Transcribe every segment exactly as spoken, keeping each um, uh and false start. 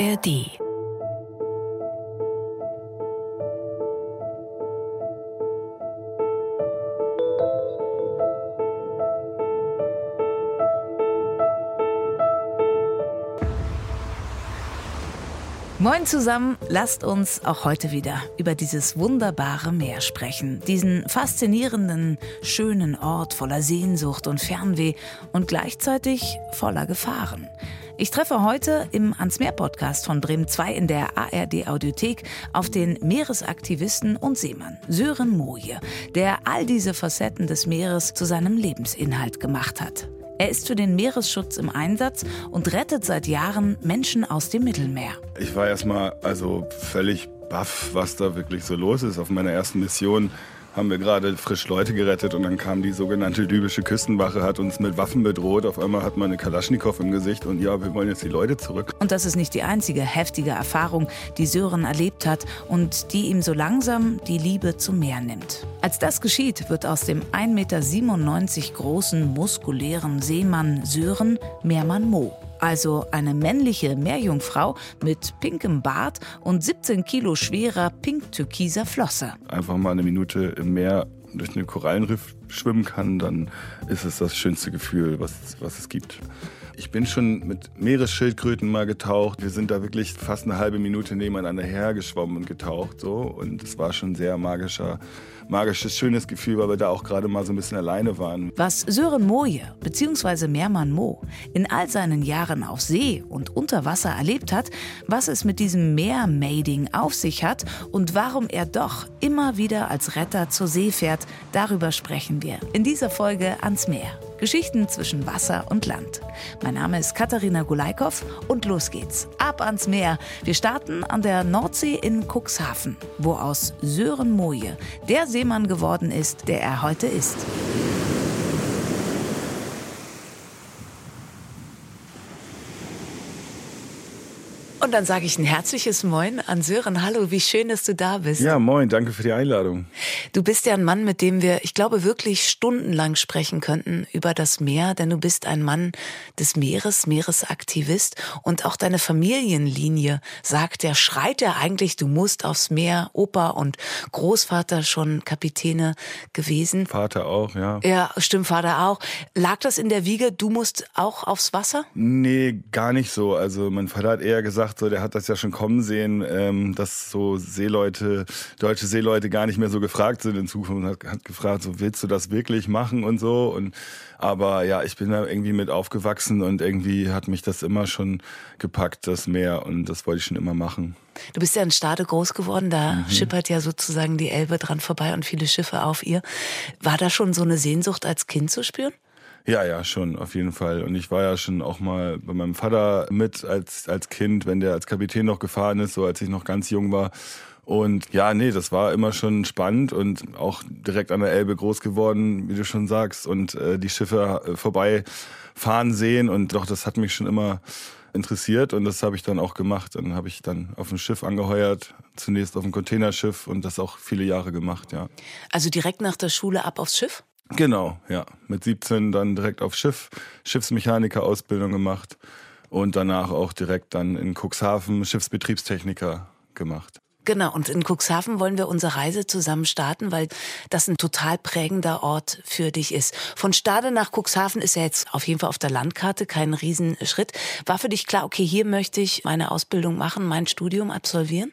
R D. Moin zusammen, lasst uns auch heute wieder über dieses wunderbare Meer sprechen. Diesen faszinierenden, schönen Ort voller Sehnsucht und Fernweh und gleichzeitig voller Gefahren. Ich treffe heute im Ans Meer Podcast von Bremen zwei in der A R D Audiothek auf den Meeresaktivisten und Seemann Sören Mooije, der all diese Facetten des Meeres zu seinem Lebensinhalt gemacht hat. Er ist für den Meeresschutz im Einsatz und rettet seit Jahren Menschen aus dem Mittelmeer. Ich war erstmal also völlig baff, was da wirklich so los ist. Auf meiner ersten Mission haben wir gerade frisch Leute gerettet und dann kam die sogenannte libysche Küstenwache, hat uns mit Waffen bedroht. Auf einmal hat man eine Kalaschnikow im Gesicht und ja, wir wollen jetzt die Leute zurück. Und das ist nicht die einzige heftige Erfahrung, die Sören erlebt hat und die ihm so langsam die Liebe zum Meer nimmt. Als das geschieht, wird aus dem ein Meter siebenundneunzig großen, muskulären Seemann Sören Meermann Mo. Also eine männliche Meerjungfrau mit pinkem Bart und siebzehn Kilo schwerer pink-türkiser Flosse. Einfach mal eine Minute im Meer durch einen Korallenriff schwimmen kann, dann ist es das schönste Gefühl, was, was es gibt. Ich bin schon mit Meeresschildkröten mal getaucht. Wir sind da wirklich fast eine halbe Minute nebeneinander hergeschwommen und getaucht. So. Und es war schon ein sehr magischer, magisches, schönes Gefühl, weil wir da auch gerade mal so ein bisschen alleine waren. Was Sören Mooije bzw. Meermann Mo in all seinen Jahren auf See und unter Wasser erlebt hat, was es mit diesem Meermading auf sich hat und warum er doch immer wieder als Retter zur See fährt, darüber sprechen wir in dieser Folge Ans Meer. Geschichten zwischen Wasser und Land. Mein Name ist Katharina Gulaikow und los geht's. Ab ans Meer. Wir starten an der Nordsee in Cuxhaven, wo aus Sören Mooije der Seemann geworden ist, der er heute ist. Und dann sage ich ein herzliches Moin an Sören. Hallo, wie schön, dass du da bist. Ja, moin, danke für die Einladung. Du bist ja ein Mann, mit dem wir, ich glaube, wirklich stundenlang sprechen könnten über das Meer, denn du bist ein Mann des Meeres, Meeresaktivist und auch deine Familienlinie sagt ja, schreit ja eigentlich, du musst aufs Meer, Opa und Großvater schon Kapitäne gewesen. Vater auch, ja. Ja, stimmt, Vater auch. Lag das in der Wiege, du musst auch aufs Wasser? Nee, gar nicht so. Also mein Vater hat eher gesagt, so, der hat das ja schon kommen sehen, ähm, dass so Seeleute, deutsche Seeleute gar nicht mehr so gefragt sind in Zukunft. Und hat, hat gefragt, so, willst du das wirklich machen und so. Und aber ja, ich bin da irgendwie mit aufgewachsen und irgendwie hat mich das immer schon gepackt, das Meer. Und das wollte ich schon immer machen. Du bist ja in Stade groß geworden, da Mhm. schippert ja sozusagen die Elbe dran vorbei und viele Schiffe auf ihr. War da schon so eine Sehnsucht als Kind zu spüren? Ja, ja, schon, auf jeden Fall. Und ich war ja schon auch mal bei meinem Vater mit als, als Kind, wenn der als Kapitän noch gefahren ist, so als ich noch ganz jung war. Und ja, nee, das war immer schon spannend und auch direkt an der Elbe groß geworden, wie du schon sagst, und äh, die Schiffe äh, vorbeifahren sehen. Und doch, das hat mich schon immer interessiert und das habe ich dann auch gemacht. Dann habe ich dann auf ein Schiff angeheuert, zunächst auf ein Containerschiff und das auch viele Jahre gemacht, ja. Also direkt nach der Schule ab aufs Schiff? Genau, ja. Mit siebzehn dann direkt aufs Schiff, Schiffsmechaniker-Ausbildung gemacht und danach auch direkt dann in Cuxhaven Schiffsbetriebstechniker gemacht. Genau, und in Cuxhaven wollen wir unsere Reise zusammen starten, weil das ein total prägender Ort für dich ist. Von Stade nach Cuxhaven ist ja jetzt auf jeden Fall auf der Landkarte kein Riesenschritt. War für dich klar, okay, hier möchte ich meine Ausbildung machen, mein Studium absolvieren?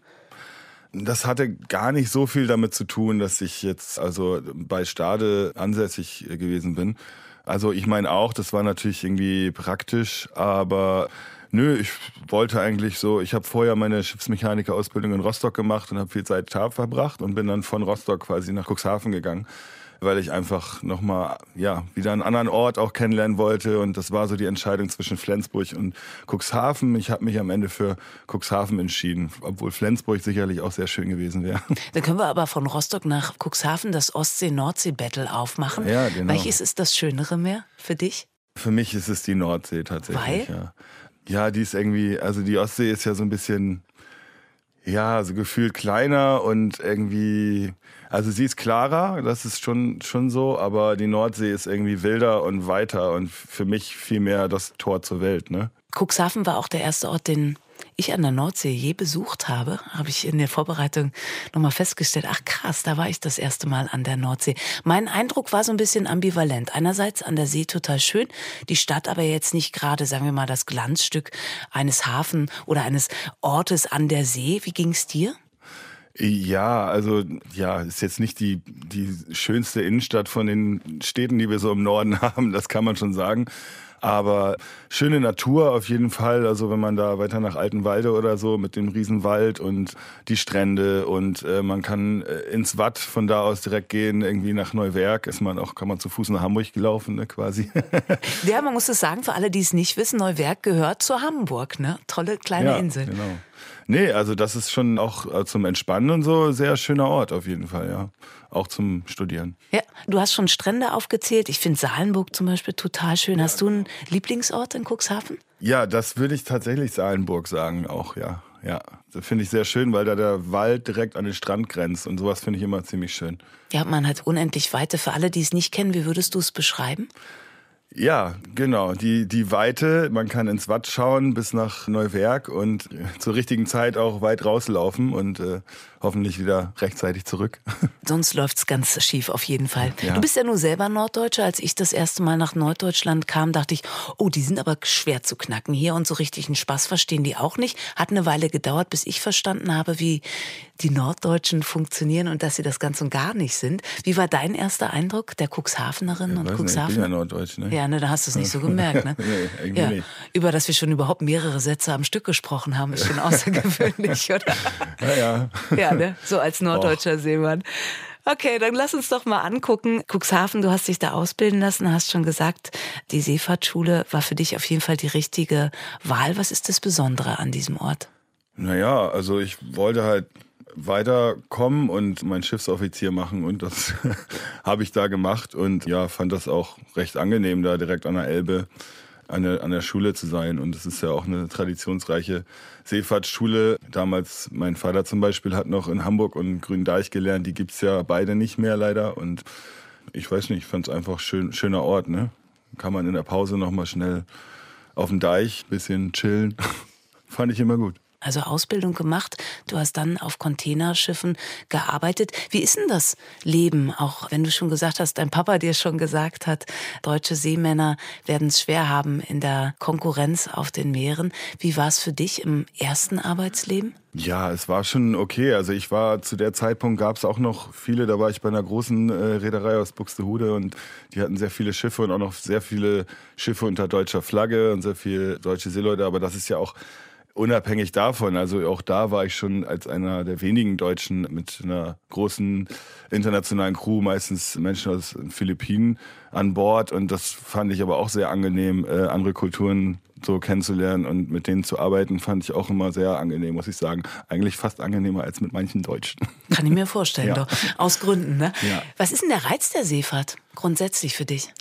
Das hatte gar nicht so viel damit zu tun, dass ich jetzt also bei Stade ansässig gewesen bin. Also ich meine auch, das war natürlich irgendwie praktisch, aber nö, ich wollte eigentlich so, ich habe vorher meine Schiffsmechaniker-Ausbildung in Rostock gemacht und habe viel Zeit da verbracht und bin dann von Rostock quasi nach Cuxhaven gegangen, weil ich einfach nochmal, ja, wieder einen anderen Ort auch kennenlernen wollte. Und das war so die Entscheidung zwischen Flensburg und Cuxhaven. Ich habe mich am Ende für Cuxhaven entschieden, obwohl Flensburg sicherlich auch sehr schön gewesen wäre. Dann können wir aber von Rostock nach Cuxhaven das Ostsee-Nordsee-Battle aufmachen. Ja, genau. Welches ist das schönere Meer für dich? Für mich ist es die Nordsee tatsächlich. Weil? Ja. Ja, die ist irgendwie, also die Ostsee ist ja so ein bisschen, ja, so gefühlt kleiner und irgendwie, also sie ist klarer, das ist schon, schon so, aber die Nordsee ist irgendwie wilder und weiter und für mich viel mehr das Tor zur Welt, ne? Cuxhaven war auch der erste Ort, den ich an der Nordsee je besucht habe, habe ich in der Vorbereitung nochmal festgestellt, ach krass, da war ich das erste Mal an der Nordsee. Mein Eindruck war so ein bisschen ambivalent. Einerseits an der See total schön, die Stadt aber jetzt nicht gerade, sagen wir mal, das Glanzstück eines Hafen oder eines Ortes an der See. Wie ging's dir? Ja, also ja, ist jetzt nicht die, die schönste Innenstadt von den Städten, die wir so im Norden haben, das kann man schon sagen. Aber schöne Natur auf jeden Fall. Also wenn man da weiter nach Altenwalde oder so mit dem Riesenwald und die Strände und äh, man kann äh, ins Watt von da aus direkt gehen, irgendwie nach Neuwerk. Ist man auch, kann man zu Fuß nach Hamburg gelaufen, ne, quasi. Ja, man muss es sagen, für alle, die es nicht wissen, Neuwerk gehört zu Hamburg, ne? Tolle kleine ja, Insel. Genau. Nee, also das ist schon auch zum Entspannen und so sehr schöner Ort auf jeden Fall, ja. Auch zum Studieren. Ja, du hast schon Strände aufgezählt. Ich finde Salenburg zum Beispiel total schön. Hast du einen Lieblingsort in Cuxhaven? Ja, das würde ich tatsächlich Salenburg sagen auch, ja. Ja, das finde ich sehr schön, weil da der Wald direkt an den Strand grenzt und sowas finde ich immer ziemlich schön. Ja, man hat unendlich Weite. Für alle, die es nicht kennen, wie würdest du es beschreiben? Ja, genau. Die, die Weite, man kann ins Watt schauen bis nach Neuwerk und zur richtigen Zeit auch weit rauslaufen und äh, hoffentlich wieder rechtzeitig zurück. Sonst läuft's ganz schief auf jeden Fall. Ja. Du bist ja nur selber Norddeutscher. Als ich das erste Mal nach Norddeutschland kam, dachte ich, oh, die sind aber schwer zu knacken hier und so richtig einen Spaß verstehen die auch nicht. Hat eine Weile gedauert, bis ich verstanden habe, wie die Norddeutschen funktionieren und dass sie das ganz und gar nicht sind. Wie war dein erster Eindruck der Cuxhavenerinnen und Cuxhaven? Ich bin ja Norddeutsch, ne? Ja, ne, da hast du es nicht so gemerkt, ne? Nee, irgendwie ja. nicht. Über das wir schon überhaupt mehrere Sätze am Stück gesprochen haben, ist schon außergewöhnlich, oder? Ja, ja. Ja, ne? So als norddeutscher Och. Seemann. Okay, dann lass uns doch mal angucken. Cuxhaven, du hast dich da ausbilden lassen, hast schon gesagt, die Seefahrtschule war für dich auf jeden Fall die richtige Wahl. Was ist das Besondere an diesem Ort? Naja, also ich wollte halt weiterkommen und meinen Schiffsoffizier machen und das habe ich da gemacht und ja, fand das auch recht angenehm, da direkt an der Elbe an der, an der Schule zu sein und es ist ja auch eine traditionsreiche Seefahrtsschule. Damals, mein Vater zum Beispiel hat noch in Hamburg und Gründeich gelernt, die gibt's ja beide nicht mehr leider und ich weiß nicht, ich fand es einfach schön, schöner Ort, ne? Kann man in der Pause nochmal schnell auf dem Deich, bisschen chillen, fand ich immer gut. Also Ausbildung gemacht, du hast dann auf Containerschiffen gearbeitet. Wie ist denn das Leben, auch wenn du schon gesagt hast, dein Papa dir schon gesagt hat, deutsche Seemänner werden es schwer haben in der Konkurrenz auf den Meeren. Wie war es für dich im ersten Arbeitsleben? Ja, es war schon okay. Also ich war zu der Zeitpunkt, gab es auch noch viele, da war ich bei einer großen äh, Reederei aus Buxtehude und die hatten sehr viele Schiffe und auch noch sehr viele Schiffe unter deutscher Flagge und sehr viele deutsche Seeleute, aber das ist ja auch unabhängig davon, also auch da war ich schon als einer der wenigen Deutschen mit einer großen internationalen Crew, meistens Menschen aus den Philippinen, an Bord und das fand ich aber auch sehr angenehm, äh, andere Kulturen so kennenzulernen und mit denen zu arbeiten, fand ich auch immer sehr angenehm, muss ich sagen. Eigentlich fast angenehmer als mit manchen Deutschen. Kann ich mir vorstellen, ja. doch. Aus Gründen, ne? Ja. Was ist denn der Reiz der Seefahrt grundsätzlich für dich?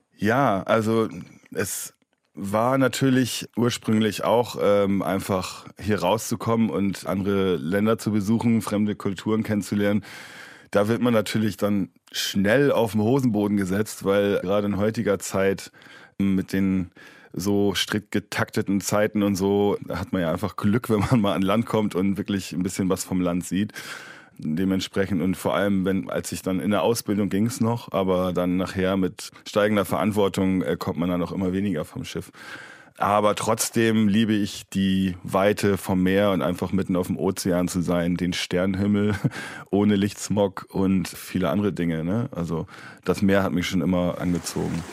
Ja, also es war natürlich ursprünglich auch ähm, einfach hier rauszukommen und andere Länder zu besuchen, fremde Kulturen kennenzulernen. Da wird man natürlich dann schnell auf den Hosenboden gesetzt, weil gerade in heutiger Zeit mit den so strikt getakteten Zeiten und so, da hat man ja einfach Glück, wenn man mal an Land kommt und wirklich ein bisschen was vom Land sieht. Dementsprechend und vor allem, wenn als ich dann in der Ausbildung ging es noch, aber dann nachher mit steigender Verantwortung äh, kommt man dann auch immer weniger vom Schiff. Aber trotzdem liebe ich die Weite vom Meer und einfach mitten auf dem Ozean zu sein, den Sternenhimmel ohne Lichtsmog und viele andere Dinge, ne? Also das Meer hat mich schon immer angezogen.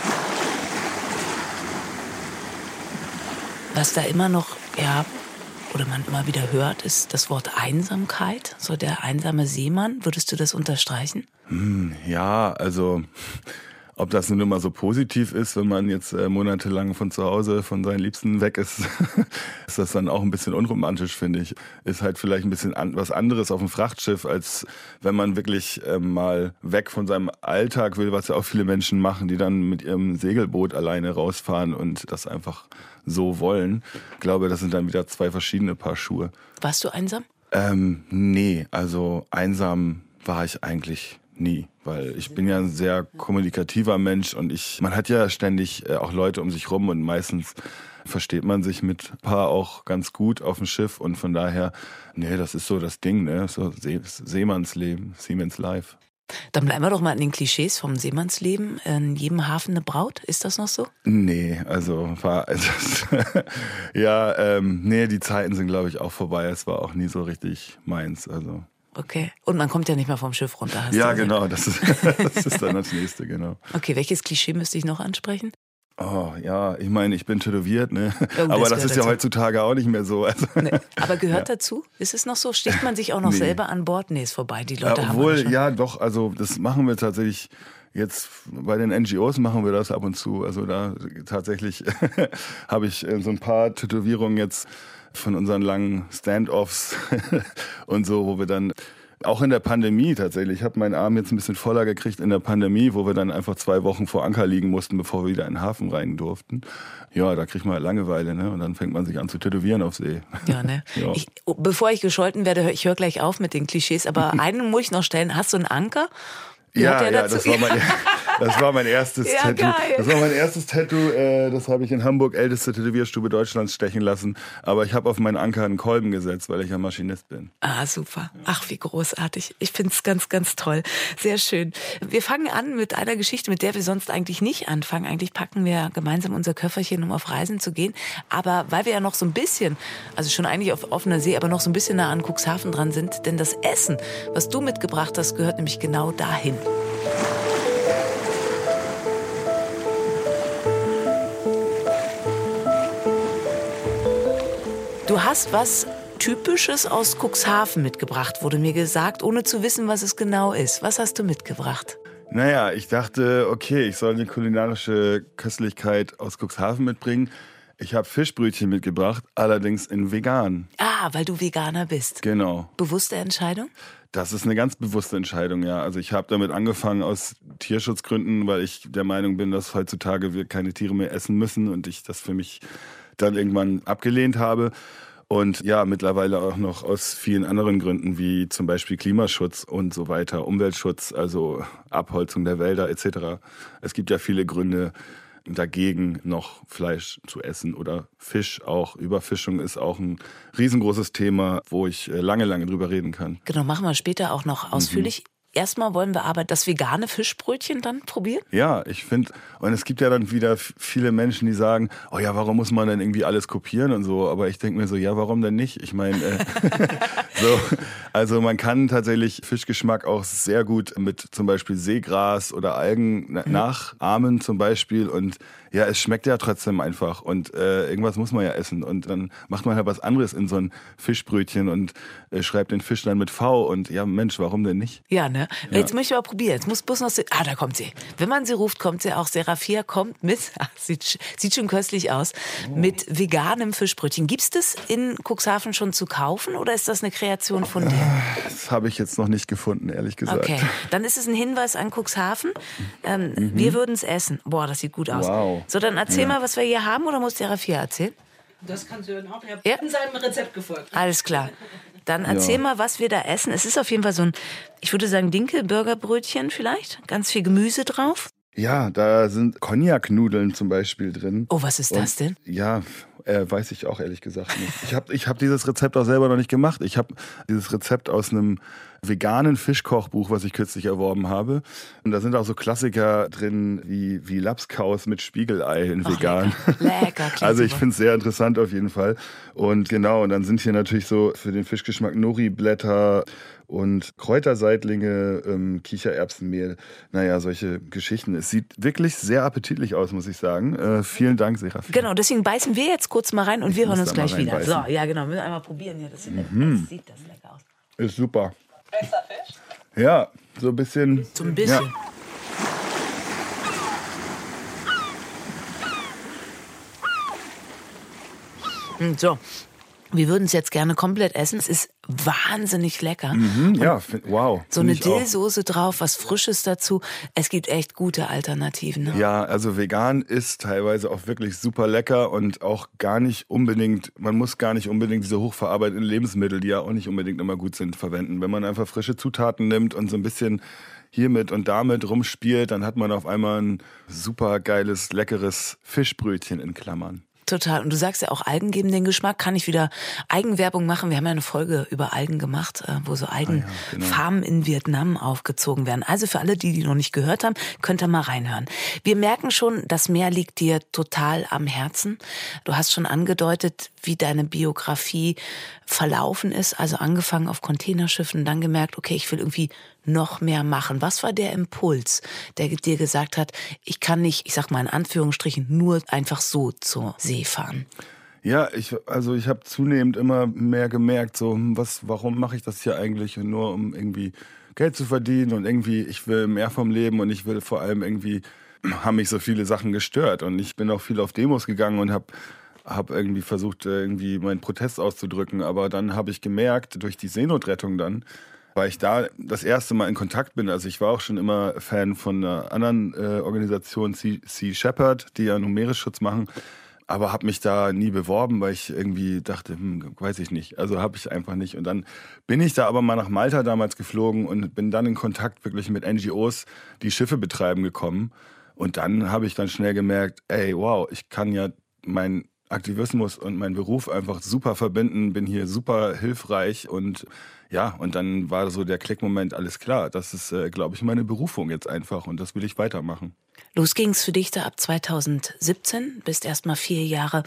Was da immer noch, ja, oder man immer wieder hört, ist das Wort Einsamkeit, so der einsame Seemann. Würdest du das unterstreichen? Hm, ja, also ob das nun immer so positiv ist, wenn man jetzt äh, monatelang von zu Hause, von seinen Liebsten weg ist, ist das dann auch ein bisschen unromantisch, finde ich. Ist halt vielleicht ein bisschen an, was anderes auf dem Frachtschiff, als wenn man wirklich äh, mal weg von seinem Alltag will, was ja auch viele Menschen machen, die dann mit ihrem Segelboot alleine rausfahren und das einfach so wollen. Ich glaube, das sind dann wieder zwei verschiedene Paar Schuhe. Warst du einsam? Ähm, nee, also einsam war ich eigentlich nie. Weil ich bin ja ein sehr kommunikativer Mensch und ich, man hat ja ständig äh, auch Leute um sich rum und meistens versteht man sich mit ein paar auch ganz gut auf dem Schiff und von daher, nee, das ist so das Ding, ne, so See- Seemannsleben, Seaman's Life. Dann bleiben wir doch mal in den Klischees vom Seemannsleben. In jedem Hafen eine Braut, ist das noch so? Nee, also war, also, ja, ähm, nee, die Zeiten sind glaube ich auch vorbei, es war auch nie so richtig meins, also. Okay. Und man kommt ja nicht mehr vom Schiff runter. Hast Ja, du genau, das ist, das ist dann das nächste, genau. Okay, welches Klischee müsste ich noch ansprechen? Oh, ja, ich meine, ich bin tätowiert, ne? Oh, aber das das ist gehört ja dazu. heutzutage auch nicht mehr so. Also, Nee. Aber gehört dazu? Ist es noch so? Sticht man sich auch noch Nee. selber an Bord? Nee, ist vorbei. Die Leute ja, haben obwohl, alle schon. ja, doch, also das machen wir tatsächlich jetzt bei den N G Os machen wir das ab und zu. Also da tatsächlich habe ich äh, so ein paar Tätowierungen jetzt von unseren langen Stand-offs und so, wo wir dann auch in der Pandemie tatsächlich, ich habe meinen Arm jetzt ein bisschen voller gekriegt in der Pandemie, wo wir dann einfach zwei Wochen vor Anker liegen mussten, bevor wir wieder in den Hafen rein durften. Ja, da kriegt man halt Langeweile, ne? Und dann fängt man sich an zu tätowieren auf See. Ja, ne? Ja. Ich, bevor ich gescholten werde, hör- ich höre gleich auf mit den Klischees, aber einen muss ich noch stellen. Hast du einen Anker? Wie hat Ja, der ja, dazu- das war mein, das war mein erstes Ja, Tattoo. geil. Das war mein erstes Tattoo. Äh, das habe ich in Hamburg, älteste Tätowierstube Deutschlands, stechen lassen. Aber ich habe auf meinen Anker einen Kolben gesetzt, weil ich ja Maschinist bin. Ah, super. Ach, wie großartig. Ich find's ganz, ganz toll. Sehr schön. Wir fangen an mit einer Geschichte, mit der wir sonst eigentlich nicht anfangen. Eigentlich packen wir gemeinsam unser Köfferchen, um auf Reisen zu gehen. Aber weil wir ja noch so ein bisschen, also schon eigentlich auf offener See, aber noch so ein bisschen nah an Cuxhaven dran sind, denn das Essen, was du mitgebracht hast, gehört nämlich genau dahin. Du hast was Typisches aus Cuxhaven mitgebracht, wurde mir gesagt, ohne zu wissen, was es genau ist. Was hast du mitgebracht? Naja, ich dachte, okay, ich soll eine kulinarische Köstlichkeit aus Cuxhaven mitbringen. Ich habe Fischbrötchen mitgebracht, allerdings in vegan. Ah, weil du Veganer bist. Genau. Bewusste Entscheidung? Das ist eine ganz bewusste Entscheidung, ja. Also ich habe damit angefangen aus Tierschutzgründen, weil ich der Meinung bin, dass heutzutage wir keine Tiere mehr essen müssen und ich das für mich dann irgendwann abgelehnt habe. Und ja, mittlerweile auch noch aus vielen anderen Gründen, wie zum Beispiel Klimaschutz und so weiter, Umweltschutz, also Abholzung der Wälder et cetera. Es gibt ja viele Gründe dagegen, noch Fleisch zu essen oder Fisch auch. Überfischung ist auch ein riesengroßes Thema, wo ich äh, lange, lange drüber reden kann. Genau, machen wir später auch noch ausführlich. Erstmal wollen wir aber das vegane Fischbrötchen dann probieren. Ja, ich finde, und es gibt ja dann wieder f- viele Menschen, die sagen, oh ja, warum muss man denn irgendwie alles kopieren und so, aber ich denke mir so, ja, warum denn nicht? Ich meine, äh, so, also man kann tatsächlich Fischgeschmack auch sehr gut mit zum Beispiel Seegras oder Algen na- nachahmen zum Beispiel und ja, es schmeckt ja trotzdem einfach und äh, irgendwas muss man ja essen und dann macht man halt was anderes in so ein Fischbrötchen und äh, schreibt den Fisch dann mit V und ja, Mensch, warum denn nicht? Ja, ne? Jetzt möchte ich aber probieren. Jetzt muss bloß noch... Se- ah, da kommt sie. Wenn man sie ruft, kommt sie auch. Serafia kommt mit... Ach, sieht, sch- sieht schon köstlich aus. Mit veganem Fischbrötchen. Gibt's das in Cuxhaven schon zu kaufen oder ist das eine Kreation von dir? Das habe ich jetzt noch nicht gefunden, ehrlich gesagt. Okay, dann ist es ein Hinweis an Cuxhaven. Ähm, Wir würden es essen. Boah, das sieht gut aus. Wow. So, dann erzähl mal, was wir hier haben, oder muss Serafia erzählen? Das kannst du dann auch. Ich habe Ja. in seinem Rezept gefolgt. Alles klar. Dann erzähl Ja. mal, was wir da essen. Es ist auf jeden Fall so ein, ich würde sagen, Dinkel-Burgerbrötchen vielleicht. Ganz viel Gemüse drauf. Ja, da sind Cognac-Nudeln zum Beispiel drin. Oh, was ist das denn? Ja, äh, weiß ich auch ehrlich gesagt nicht. Ich habe ich hab dieses Rezept auch selber noch nicht gemacht. Ich habe dieses Rezept aus einem veganen Fischkochbuch, was ich kürzlich erworben habe. Und da sind auch so Klassiker drin wie, wie Lapskaus mit Spiegelei in Ach, vegan. lecker. Lecker, klingt Also ich super. finde es sehr interessant auf jeden Fall. Und genau, und dann sind hier natürlich so für den Fischgeschmack Nori-Blätter und Kräuterseitlinge, ähm, Kichererbsenmehl, naja, solche Geschichten. Es sieht wirklich sehr appetitlich aus, muss ich sagen. Äh, vielen Dank, Serafin. Genau, deswegen beißen wir jetzt kurz mal rein und wir muss hören uns da mal gleich wieder. So, reinbeißen. ja genau, wir müssen einmal probieren hier. Das sieht, das sieht das lecker aus. Ist super. Besser Fisch? Ja, so ein bisschen. So ein bisschen. Ja. Hm, So, Wir würden es jetzt gerne komplett essen. Es ist wahnsinnig lecker. Mhm, ja, wow. So eine Dillsoße drauf, was Frisches dazu. Es gibt echt gute Alternativen. Ne? Ja, also vegan ist teilweise auch wirklich super lecker und auch gar nicht unbedingt, man muss gar nicht unbedingt diese hochverarbeiteten Lebensmittel, die ja auch nicht unbedingt immer gut sind, verwenden. Wenn man einfach frische Zutaten nimmt und so ein bisschen hiermit und damit rumspielt, dann hat man auf einmal ein super geiles, leckeres Fischbrötchen in Klammern. Total. Und du sagst ja auch, Algen geben den Geschmack. Kann ich wieder Eigenwerbung machen? Wir haben ja eine Folge über Algen gemacht, wo so Algenfarmen ah ja, genau. in Vietnam aufgezogen werden. Also für alle, die die noch nicht gehört haben, könnt ihr mal reinhören. Wir merken schon, das Meer liegt dir total am Herzen. Du hast schon angedeutet, wie deine Biografie verlaufen ist. Also angefangen auf Containerschiffen, dann gemerkt, okay, ich will irgendwie noch mehr machen. Was war der Impuls, der dir gesagt hat, ich kann nicht, ich sag mal in Anführungsstrichen, nur einfach so zur See fahren? Ja, ich, also ich habe zunehmend immer mehr gemerkt, so, was, warum mache ich das hier eigentlich? Nur um irgendwie Geld zu verdienen und irgendwie, ich will mehr vom Leben und ich will vor allem irgendwie, haben mich so viele Sachen gestört. Und ich bin auch viel auf Demos gegangen und habe hab irgendwie versucht, irgendwie meinen Protest auszudrücken. Aber dann habe ich gemerkt, durch die Seenotrettung dann, weil ich da das erste Mal in Kontakt bin. Also ich war auch schon immer Fan von einer anderen äh, Organisation, Sea Shepherd, die ja Meeresschutz machen, aber habe mich da nie beworben, weil ich irgendwie dachte, hm, weiß ich nicht. Also habe ich einfach nicht. Und dann bin ich da aber mal nach Malta damals geflogen und bin dann in Kontakt wirklich mit N G Os, die Schiffe betreiben, gekommen. Und dann habe ich dann schnell gemerkt, ey, wow, ich kann ja mein Aktivismus und meinen Beruf einfach super verbinden, bin hier super hilfreich und ja, und dann war so der Klickmoment, alles klar, das ist, äh, glaube ich, meine Berufung jetzt einfach und das will ich weitermachen. Los ging's für dich da ab zweitausendsiebzehn, bist erst mal vier Jahre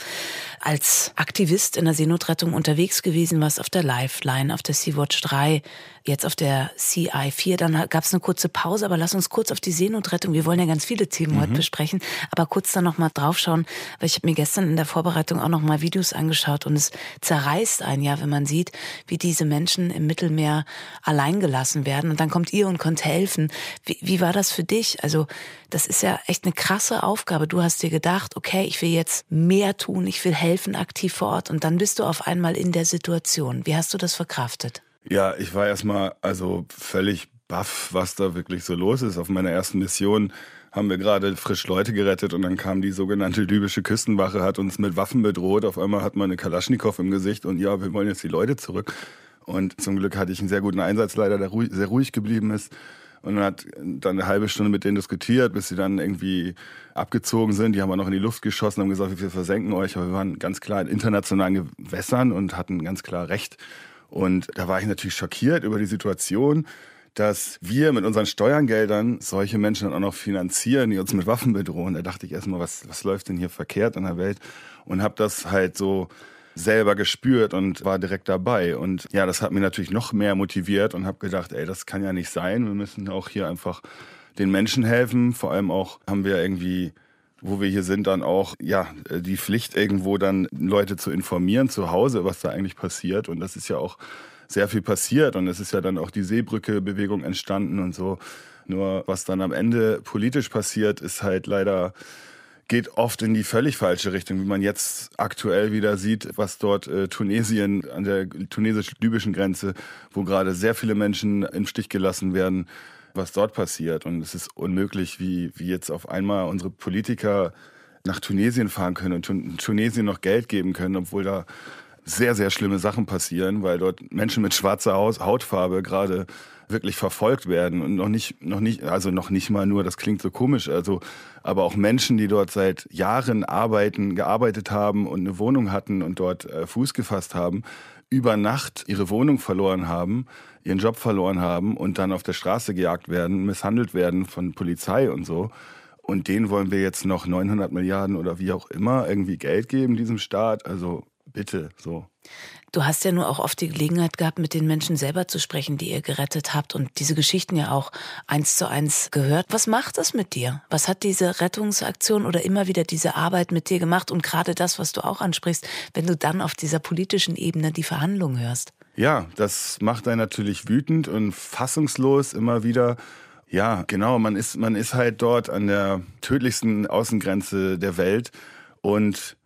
als Aktivist in der Seenotrettung unterwegs gewesen, warst auf der Lifeline, auf der Sea-Watch drei, jetzt auf der C I vier, dann gab's eine kurze Pause, aber lass uns kurz auf die Seenotrettung, wir wollen ja ganz viele Themen mhm. heute besprechen, aber kurz da noch mal draufschauen, weil ich habe mir gestern in der Vorbereitung auch noch mal Videos angeschaut und es zerreißt einen ja, wenn man sieht, wie diese Menschen im Mittelmeer allein gelassen werden und dann kommt ihr und könnt helfen. Wie, wie war das für dich? Also das ist ja echt eine krasse Aufgabe. Du hast dir gedacht, okay, ich will jetzt mehr tun, ich will helfen aktiv vor Ort und dann bist du auf einmal in der Situation. Wie hast du das verkraftet? Ja, ich war erstmal also völlig baff, was da wirklich so los ist. Auf meiner ersten Mission haben wir gerade frisch Leute gerettet und dann kam die sogenannte libysche Küstenwache, hat uns mit Waffen bedroht. Auf einmal hat man eine Kalaschnikow im Gesicht und ja, wir wollen jetzt die Leute zurück. Und zum Glück hatte ich einen sehr guten Einsatzleiter, der ruhig, sehr ruhig geblieben ist. Und dann hat dann eine halbe Stunde mit denen diskutiert, bis sie dann irgendwie abgezogen sind. Die haben auch noch in die Luft geschossen, haben gesagt, wir versenken euch. Aber wir waren ganz klar in internationalen Gewässern und hatten ganz klar Recht. Und da war ich natürlich schockiert über die Situation, dass wir mit unseren Steuergeldern solche Menschen dann auch noch finanzieren, die uns mit Waffen bedrohen. Da dachte ich erstmal, was, was läuft denn hier verkehrt in der Welt? Und habe das halt so selber gespürt und war direkt dabei. Und ja, das hat mich natürlich noch mehr motiviert und habe gedacht, ey, das kann ja nicht sein. Wir müssen auch hier einfach den Menschen helfen. Vor allem auch haben wir irgendwie, wo wir hier sind, dann auch ja die Pflicht, irgendwo dann Leute zu informieren zu Hause, was da eigentlich passiert. Und das ist ja auch sehr viel passiert. Und es ist ja dann auch die Seebrücke-Bewegung entstanden und so. Nur was dann am Ende politisch passiert, ist halt leider, geht oft in die völlig falsche Richtung, wie man jetzt aktuell wieder sieht, was dort äh, Tunesien an der tunesisch-libyschen Grenze, wo gerade sehr viele Menschen im Stich gelassen werden, was dort passiert. Und es ist unmöglich, wie, wie jetzt auf einmal unsere Politiker nach Tunesien fahren können und Tun- Tunesien noch Geld geben können, obwohl da sehr, sehr schlimme Sachen passieren, weil dort Menschen mit schwarzer Haus- Hautfarbe gerade wirklich verfolgt werden und noch nicht, noch nicht, also noch nicht mal nur, das klingt so komisch, also, aber auch Menschen, die dort seit Jahren arbeiten, gearbeitet haben und eine Wohnung hatten und dort äh, Fuß gefasst haben, über Nacht ihre Wohnung verloren haben, ihren Job verloren haben und dann auf der Straße gejagt werden, misshandelt werden von Polizei und so. Und denen wollen wir jetzt noch neunhundert Milliarden oder wie auch immer irgendwie Geld geben, diesem Staat, also bitte, so. Du hast ja nur auch oft die Gelegenheit gehabt, mit den Menschen selber zu sprechen, die ihr gerettet habt und diese Geschichten ja auch eins zu eins gehört. Was macht das mit dir? Was hat diese Rettungsaktion oder immer wieder diese Arbeit mit dir gemacht? Und gerade das, was du auch ansprichst, wenn du dann auf dieser politischen Ebene die Verhandlungen hörst. Ja, das macht einen natürlich wütend und fassungslos immer wieder. Ja, genau, man ist, man ist halt dort an der tödlichsten Außengrenze der Welt und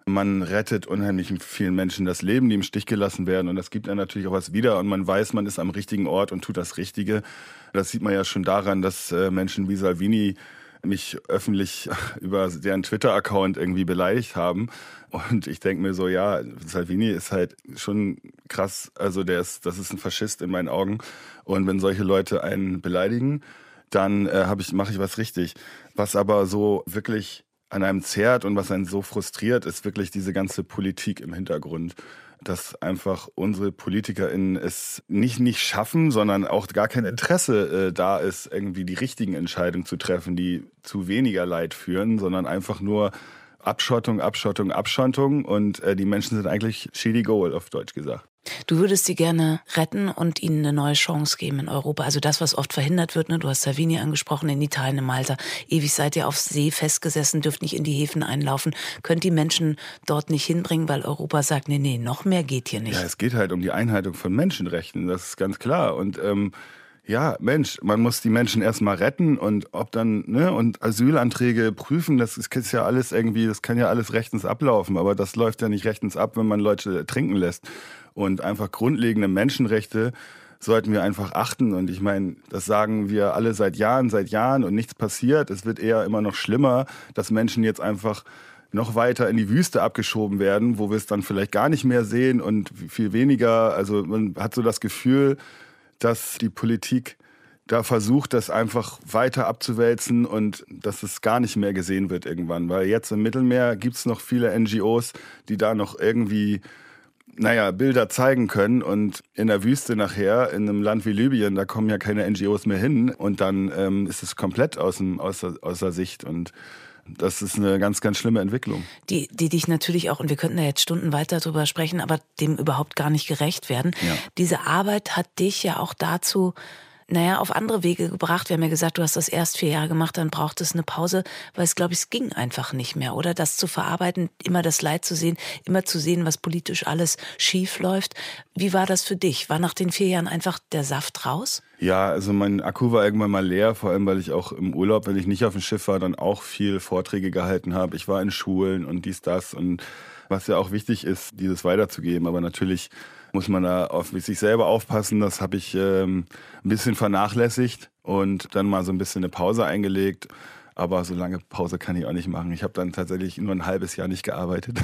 Man rettet unheimlich vielen Menschen das Leben, die im Stich gelassen werden. Und das gibt einem natürlich auch was wieder. Und man weiß, man ist am richtigen Ort und tut das Richtige. Das sieht man ja schon daran, dass Menschen wie Salvini mich öffentlich über deren Twitter-Account irgendwie beleidigt haben. Und ich denke mir so, ja, Salvini ist halt schon krass. Also der ist, das ist ein Faschist in meinen Augen. Und wenn solche Leute einen beleidigen, dann äh, hab ich, mache ich was richtig. Was aber so wirklich an einem zerrt und was einen so frustriert, ist wirklich diese ganze Politik im Hintergrund. Dass einfach unsere PolitikerInnen es nicht nicht schaffen, sondern auch gar kein Interesse äh, da ist, irgendwie die richtigen Entscheidungen zu treffen, die zu weniger Leid führen, sondern einfach nur Abschottung, Abschottung, Abschottung. Und äh, die Menschen sind eigentlich shitty goal, auf Deutsch gesagt. Du würdest sie gerne retten und ihnen eine neue Chance geben in Europa. Also das, was oft verhindert wird, ne? Du hast Salvini angesprochen, in Italien, in Malta. Ewig seid ihr auf See festgesessen, dürft nicht in die Häfen einlaufen, könnt die Menschen dort nicht hinbringen, weil Europa sagt, nee, nee, noch mehr geht hier nicht. Ja, es geht halt um die Einhaltung von Menschenrechten, das ist ganz klar. Und ähm, ja, Mensch, man muss die Menschen erstmal retten und ob dann, ne, und Asylanträge prüfen, das ist, ist ja alles irgendwie, das kann ja alles rechtens ablaufen, aber das läuft ja nicht rechtens ab, wenn man Leute trinken lässt. Und einfach grundlegende Menschenrechte sollten wir einfach achten. Und ich meine, das sagen wir alle seit Jahren, seit Jahren und nichts passiert. Es wird eher immer noch schlimmer, dass Menschen jetzt einfach noch weiter in die Wüste abgeschoben werden, wo wir es dann vielleicht gar nicht mehr sehen und viel weniger. Also man hat so das Gefühl, dass die Politik da versucht, das einfach weiter abzuwälzen und dass es gar nicht mehr gesehen wird irgendwann. Weil jetzt im Mittelmeer gibt es noch viele N G Os, die da noch irgendwie naja, Bilder zeigen können und in der Wüste nachher, in einem Land wie Libyen, da kommen ja keine N G Os mehr hin und dann ähm, ist es komplett aus dem, außer, außer Sicht und das ist eine ganz, ganz schlimme Entwicklung. Die, die dich natürlich auch, und wir könnten da jetzt Stunden weiter drüber sprechen, aber dem überhaupt gar nicht gerecht werden. Ja. Diese Arbeit hat dich ja auch dazu naja, auf andere Wege gebracht. Wir haben ja gesagt, du hast das erst vier Jahre gemacht, dann braucht es eine Pause, weil es, glaube ich, es ging einfach nicht mehr, oder? Das zu verarbeiten, immer das Leid zu sehen, immer zu sehen, was politisch alles schief läuft. Wie war das für dich? War nach den vier Jahren einfach der Saft raus? Ja, also mein Akku war irgendwann mal leer, vor allem, weil ich auch im Urlaub, wenn ich nicht auf dem Schiff war, dann auch viel Vorträge gehalten habe. Ich war in Schulen und dies, das und was ja auch wichtig ist, dieses weiterzugeben, aber natürlich muss man da auf sich selber aufpassen. Das habe ich ähm, ein bisschen vernachlässigt und dann mal so ein bisschen eine Pause eingelegt. Aber so lange Pause kann ich auch nicht machen. Ich habe dann tatsächlich nur ein halbes Jahr nicht gearbeitet.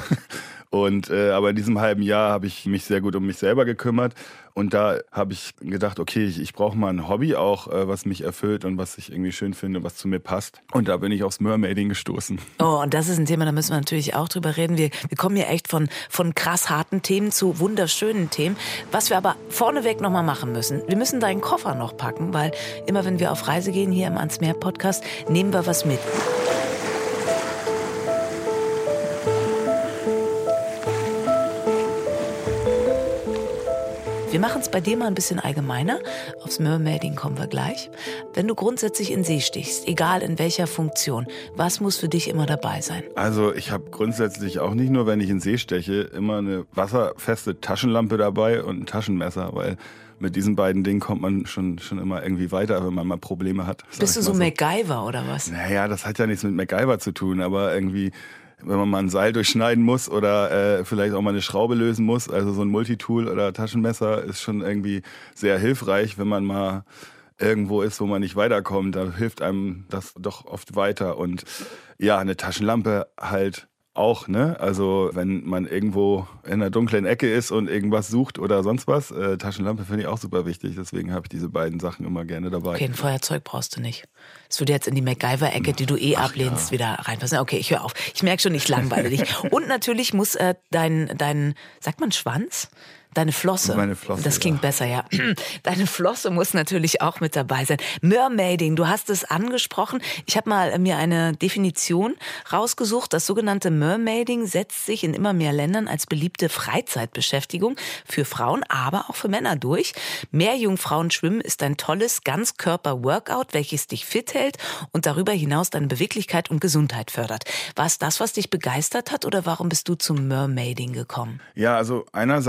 Und äh, aber in diesem halben Jahr habe ich mich sehr gut um mich selber gekümmert. Und da habe ich gedacht, okay, ich, ich brauche mal ein Hobby auch, äh, was mich erfüllt und was ich irgendwie schön finde, was zu mir passt. Und da bin ich aufs Mermaiding gestoßen. Oh, und das ist ein Thema, da müssen wir natürlich auch drüber reden. Wir, wir kommen ja echt von, von krass harten Themen zu wunderschönen Themen. Was wir aber vorneweg nochmal machen müssen, wir müssen deinen Koffer noch packen, weil immer wenn wir auf Reise gehen, hier im Ans Meer Podcast, nehmen wir was mit. Wir machen es bei dir mal ein bisschen allgemeiner. Aufs Mermaiding kommen wir gleich. Wenn du grundsätzlich in See stichst, egal in welcher Funktion, was muss für dich immer dabei sein? Also ich habe grundsätzlich auch nicht nur, wenn ich in See steche, immer eine wasserfeste Taschenlampe dabei und ein Taschenmesser, weil mit diesen beiden Dingen kommt man schon, schon immer irgendwie weiter, wenn man mal Probleme hat. Bist du so, so MacGyver oder was? Naja, das hat ja nichts mit MacGyver zu tun, aber irgendwie, wenn man mal ein Seil durchschneiden muss oder äh, vielleicht auch mal eine Schraube lösen muss, also so ein Multitool oder Taschenmesser ist schon irgendwie sehr hilfreich, wenn man mal irgendwo ist, wo man nicht weiterkommt. Da hilft einem das doch oft weiter. Und ja, eine Taschenlampe halt auch, ne? Also wenn man irgendwo in einer dunklen Ecke ist und irgendwas sucht oder sonst was, äh, Taschenlampe finde ich auch super wichtig. Deswegen habe ich diese beiden Sachen immer gerne dabei. Okay, ein Feuerzeug brauchst du nicht. Das würde jetzt in die MacGyver-Ecke, die du eh Ach, ablehnst, ja. wieder reinpassen. Okay, ich höre auf. Ich merke schon, ich langweile dich. Und natürlich muss äh, dein, dein, sagt man Schwanz? Deine Flosse. Meine Flosse. Das klingt ja. besser, ja. Deine Flosse muss natürlich auch mit dabei sein. Mermaiding, du hast es angesprochen. Ich habe mal mir eine Definition rausgesucht. Das sogenannte Mermaiding setzt sich in immer mehr Ländern als beliebte Freizeitbeschäftigung für Frauen, aber auch für Männer durch. Meerjungfrauen schwimmen ist ein tolles Ganzkörper-Workout, welches dich fit hält und darüber hinaus deine Beweglichkeit und Gesundheit fördert. War es das, was dich begeistert hat, oder warum bist du zum Mermaiding gekommen? Ja, also einerseits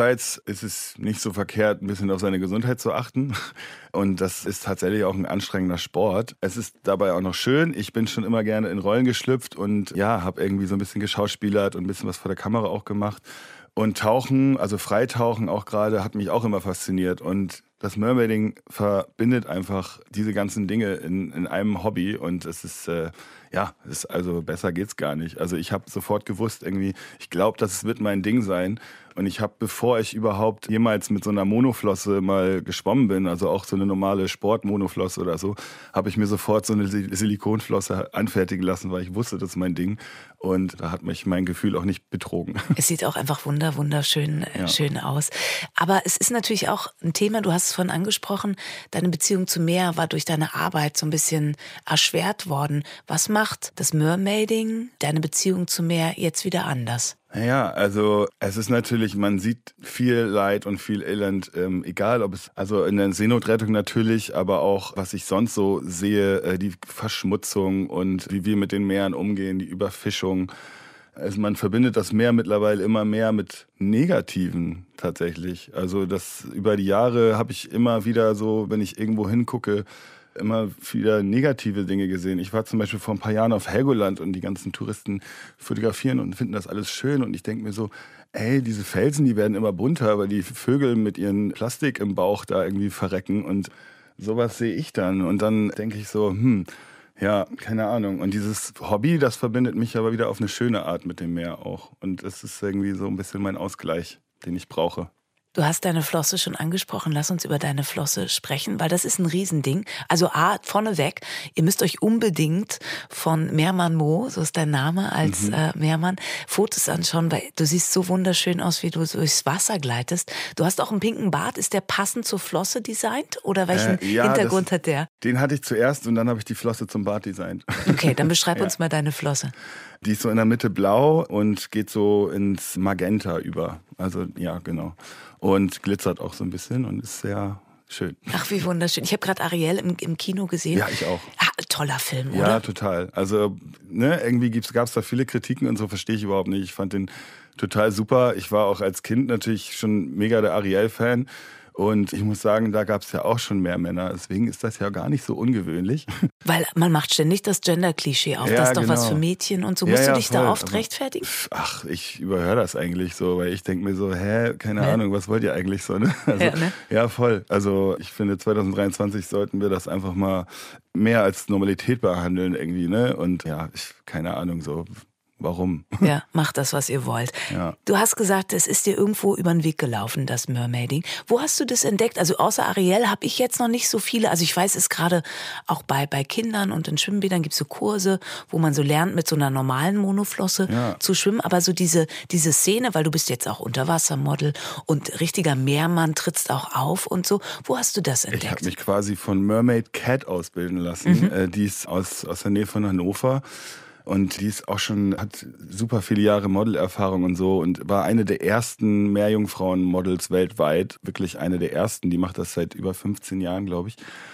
ist es nicht so verkehrt, ein bisschen auf seine Gesundheit zu achten. Und das ist tatsächlich auch ein anstrengender Sport. Es ist dabei auch noch schön. Ich bin schon immer gerne in Rollen geschlüpft und ja, habe irgendwie so ein bisschen geschauspielert und ein bisschen was vor der Kamera auch gemacht. Und Tauchen, also Freitauchen auch gerade, hat mich auch immer fasziniert. Und das Mermaiding verbindet einfach diese ganzen Dinge in, in einem Hobby. Und es ist, äh, ja, es ist, also besser geht's gar nicht. Also ich habe sofort gewusst, irgendwie, ich glaube, das wird mein Ding sein. Und ich habe, bevor ich überhaupt jemals mit so einer Monoflosse mal geschwommen bin, also auch so eine normale Sportmonoflosse oder so, habe ich mir sofort so eine Silikonflosse anfertigen lassen, weil ich wusste, das ist mein Ding. Und da hat mich mein Gefühl auch nicht betrogen. Es sieht auch einfach wunder, wunderschön äh, Ja. schön aus. Aber es ist natürlich auch ein Thema, du hast es vorhin angesprochen, deine Beziehung zum Meer war durch deine Arbeit so ein bisschen erschwert worden. Was macht das Mermaiding, deine Beziehung zum Meer jetzt wieder anders? Naja, also es ist natürlich, man sieht viel Leid und viel Elend, ähm, egal ob es, also in der Seenotrettung natürlich, aber auch, was ich sonst so sehe, äh, die Verschmutzung und wie wir mit den Meeren umgehen, die Überfischung. Also man verbindet das Meer mittlerweile immer mehr mit Negativen tatsächlich. Also das über die Jahre habe ich immer wieder so, wenn ich irgendwo hingucke, immer wieder negative Dinge gesehen. Ich war zum Beispiel vor ein paar Jahren auf Helgoland und die ganzen Touristen fotografieren und finden das alles schön. Und ich denke mir so, ey, diese Felsen, die werden immer bunter, weil die Vögel mit ihren Plastik im Bauch da irgendwie verrecken. Und sowas sehe ich dann. Und dann denke ich so, hm, ja, keine Ahnung. Und dieses Hobby, das verbindet mich aber wieder auf eine schöne Art mit dem Meer auch. Und das ist irgendwie so ein bisschen mein Ausgleich, den ich brauche. Du hast deine Flosse schon angesprochen. Lass uns über deine Flosse sprechen, weil das ist ein Riesending. Also A, vorneweg, ihr müsst euch unbedingt von Meermann Mo, so ist dein Name als mhm. äh, Meermann, Fotos anschauen, weil du siehst so wunderschön aus, wie du durchs Wasser gleitest. Du hast auch einen pinken Bart. Ist der passend zur Flosse designt oder welchen äh, ja, Hintergrund das, hat der? Den hatte ich zuerst und dann habe ich die Flosse zum Bart designt. Okay, dann beschreib ja. uns mal deine Flosse. Die ist so in der Mitte blau und geht so ins Magenta über. Also ja, genau. Und glitzert auch so ein bisschen und ist sehr schön. Ach, wie wunderschön. Ich habe gerade Ariel im, im Kino gesehen. Ja, ich auch. Ah, toller Film, ja, oder? Ja, total. Also ne, irgendwie gab es da viele Kritiken und so, verstehe ich überhaupt nicht. Ich fand den total super. Ich war auch als Kind natürlich schon mega der Ariel-Fan. Und ich muss sagen, da gab es ja auch schon mehr Männer. Deswegen ist das ja gar nicht so ungewöhnlich. Weil man macht ständig das Gender-Klischee auf. Ja, das ist doch genau. was für Mädchen und so. Ja, Musst ja, du dich voll. da oft Aber, rechtfertigen? Ach, ich überhöre das eigentlich so, weil ich denke mir so, hä, keine ne? Ahnung, was wollt ihr eigentlich so? Ne? Also, ja, ne? ja, voll. Also ich finde, zwanzig dreiundzwanzig sollten wir das einfach mal mehr als Normalität behandeln irgendwie. Ne? Und ja, ich, keine Ahnung, so... Warum? Ja, macht das, was ihr wollt. Ja. Du hast gesagt, es ist dir irgendwo über den Weg gelaufen, das Mermaiding. Wo hast du das entdeckt? Also außer Ariel habe ich jetzt noch nicht so viele. Also ich weiß es gerade auch bei, bei Kindern und in Schwimmbädern gibt es so Kurse, wo man so lernt, mit so einer normalen Monoflosse ja. zu schwimmen. Aber so diese, diese Szene, weil du bist jetzt auch Unterwassermodel und richtiger Meermann, trittst auch auf und so. Wo hast du das entdeckt? Ich habe mich quasi von Mermaid Cat ausbilden lassen. Mhm. Die ist aus, aus der Nähe von Hannover. Und die ist auch schon, hat super viele Jahre Modelerfahrung und so und war eine der ersten Meerjungfrauen-Models weltweit. Wirklich eine der ersten. Die macht das seit über fünfzehn Jahren, glaube ich.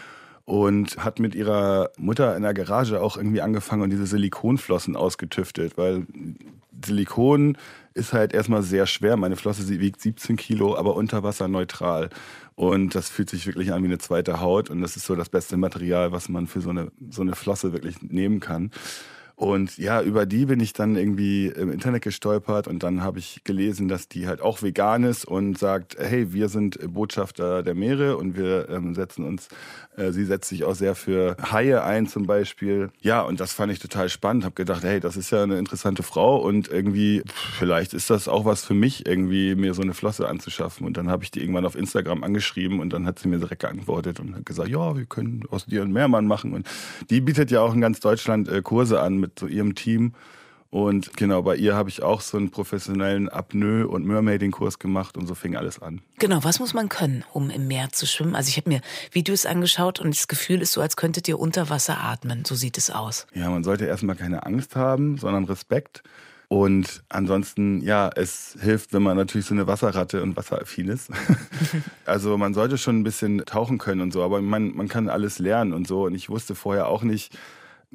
Und hat mit ihrer Mutter in der Garage auch irgendwie angefangen und diese Silikonflossen ausgetüftelt, weil Silikon ist halt erstmal sehr schwer. Meine Flosse, sie wiegt siebzehn Kilo, aber unter Wasser neutral. Und das fühlt sich wirklich an wie eine zweite Haut. Und das ist so das beste Material, was man für so eine, so eine Flosse wirklich nehmen kann. Und ja, über die bin ich dann irgendwie im Internet gestolpert und dann habe ich gelesen, dass die halt auch vegan ist und sagt, hey, wir sind Botschafter der Meere und wir ähm, setzen uns, äh, sie setzt sich auch sehr für Haie ein zum Beispiel. Ja, und das fand ich total spannend, habe gedacht, hey, das ist ja eine interessante Frau und irgendwie, vielleicht ist das auch was für mich, irgendwie mir so eine Flosse anzuschaffen. Und dann habe ich die irgendwann auf Instagram angeschrieben und dann hat sie mir direkt geantwortet und hat gesagt, ja, wir können aus dir einen Meermann machen. Und die bietet ja auch in ganz Deutschland äh, Kurse an mit so ihrem Team. Und genau, bei ihr habe ich auch so einen professionellen Apnoe- und Mermaiding-Kurs gemacht und so fing alles an. Genau, was muss man können, um im Meer zu schwimmen? Also ich habe mir Videos angeschaut und das Gefühl ist so, als könntet ihr unter Wasser atmen. So sieht es aus. Ja, man sollte erstmal keine Angst haben, sondern Respekt. Und ansonsten, ja, es hilft, wenn man natürlich so eine Wasserratte und wasseraffin ist. Also man sollte schon ein bisschen tauchen können und so, aber man, man kann alles lernen und so. Und ich wusste vorher auch nicht,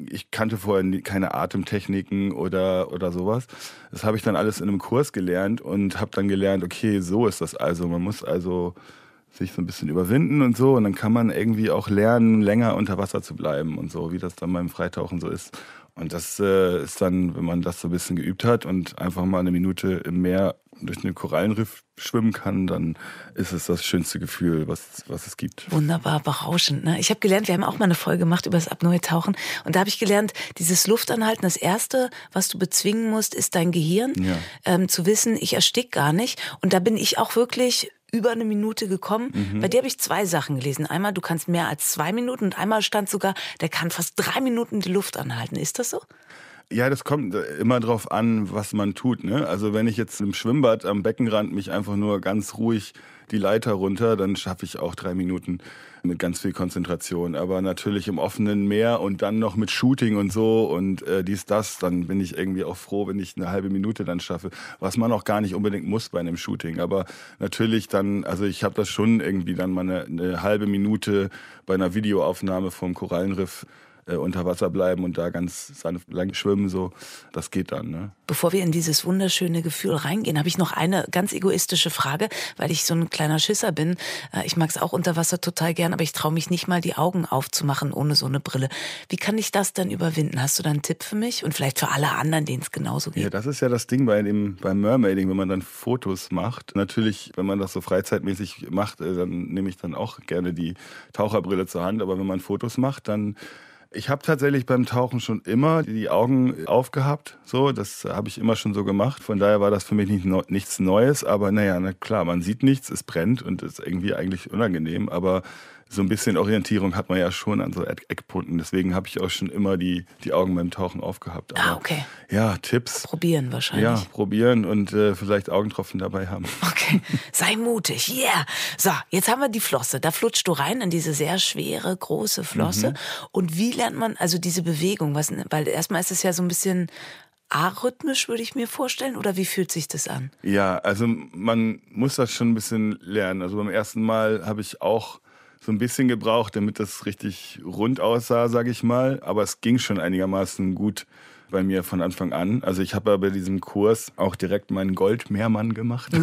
ich kannte vorher nie, keine Atemtechniken oder, oder sowas. Das habe ich dann alles in einem Kurs gelernt und habe dann gelernt, okay, so ist das also. Man muss also sich so ein bisschen überwinden und so und dann kann man irgendwie auch lernen, länger unter Wasser zu bleiben und so, wie das dann beim Freitauchen so ist. Und das äh, ist dann, wenn man das so ein bisschen geübt hat und einfach mal eine Minute im Meer durch einen Korallenriff schwimmen kann, dann ist es das schönste Gefühl, was, was es gibt. Wunderbar, berauschend. Ne? Ich habe gelernt, wir haben auch mal eine Folge gemacht über das Apnoe-Tauchen und da habe ich gelernt, dieses Luftanhalten, das Erste, was du bezwingen musst, ist dein Gehirn. Ja. Ähm, zu wissen, ich erstick gar nicht. Und da bin ich auch wirklich über eine Minute gekommen. Mhm. Bei dir habe ich zwei Sachen gelesen. Einmal, du kannst mehr als zwei Minuten und einmal stand sogar, der kann fast drei Minuten die Luft anhalten. Ist das so? Ja, das kommt immer drauf an, was man tut. Ne? Also wenn ich jetzt im Schwimmbad am Beckenrand mich einfach nur ganz ruhig die Leiter runter, dann schaffe ich auch drei Minuten mit ganz viel Konzentration. Aber natürlich im offenen Meer und dann noch mit Shooting und so und äh, dies, das, dann bin ich irgendwie auch froh, wenn ich eine halbe Minute dann schaffe. Was man auch gar nicht unbedingt muss bei einem Shooting. Aber natürlich dann, also ich habe das schon irgendwie dann mal eine, eine halbe Minute bei einer Videoaufnahme vom Korallenriff äh, unter Wasser bleiben und da ganz sanft lang schwimmen, so, das geht dann. Ne? Bevor wir in dieses wunderschöne Gefühl reingehen, habe ich noch eine ganz egoistische Frage, weil ich so ein kleiner Schisser bin. Ich mag es auch unter Wasser total gern, aber ich traue mich nicht mal, die Augen aufzumachen ohne so eine Brille. Wie kann ich das denn überwinden? Hast du da einen Tipp für mich und vielleicht für alle anderen, denen es genauso geht? Ja, das ist ja das Ding bei dem, beim Mermaiding, wenn man dann Fotos macht. Natürlich, wenn man das so freizeitmäßig macht, dann nehme ich dann auch gerne die Taucherbrille zur Hand. Aber wenn man Fotos macht, dann ich habe tatsächlich beim Tauchen schon immer die Augen aufgehabt. So, das habe ich immer schon so gemacht. Von daher war das für mich nicht, nichts Neues. Aber naja, na klar, man sieht nichts, es brennt und ist irgendwie eigentlich unangenehm. Aber so ein bisschen Orientierung hat man ja schon an so Eckpunkten. Deswegen habe ich auch schon immer die, die Augen beim Tauchen aufgehabt. Aber, ah, okay. Ja, Tipps. Probieren wahrscheinlich. Ja, probieren und äh, vielleicht Augentropfen dabei haben. Okay, sei mutig, yeah. So, jetzt haben wir die Flosse. Da flutscht du rein in diese sehr schwere, große Flosse. Mhm. Und wie lernt man also diese Bewegung? Was, weil erstmal ist es ja so ein bisschen arrhythmisch, würde ich mir vorstellen. Oder wie fühlt sich das an? Ja, also man muss das schon ein bisschen lernen. Also beim ersten Mal habe ich auch so ein bisschen gebraucht, damit das richtig rund aussah, sage ich mal. Aber es ging schon einigermaßen gut bei mir von Anfang an. Also ich habe ja bei diesem Kurs auch direkt meinen Goldmeermann gemacht,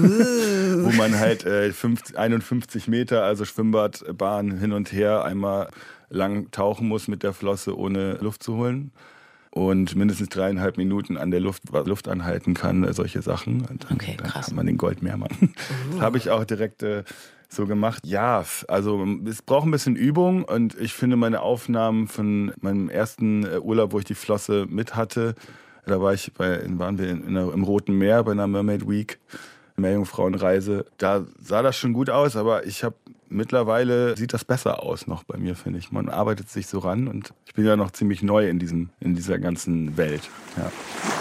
wo man halt äh, einundfünfzig Meter, also Schwimmbadbahn hin und her, einmal lang tauchen muss mit der Flosse, ohne Luft zu holen. Und mindestens dreieinhalb Minuten an der Luft, Luft anhalten kann, solche Sachen. Und dann, okay, krass. Dann hat man den Goldmeermann. Uh. Das habe ich auch direkt äh, so gemacht. Ja, also es braucht ein bisschen Übung und ich finde meine Aufnahmen von meinem ersten Urlaub, wo ich die Flosse mit hatte, da war ich bei, waren wir in, in der, im Roten Meer bei einer Mermaid Week, Meerjungfrauenreise. Da sah das schon gut aus, aber ich habe mittlerweile sieht das besser aus noch bei mir, finde ich. Man arbeitet sich so ran und ich bin ja noch ziemlich neu in diesem, in dieser ganzen Welt. Ja.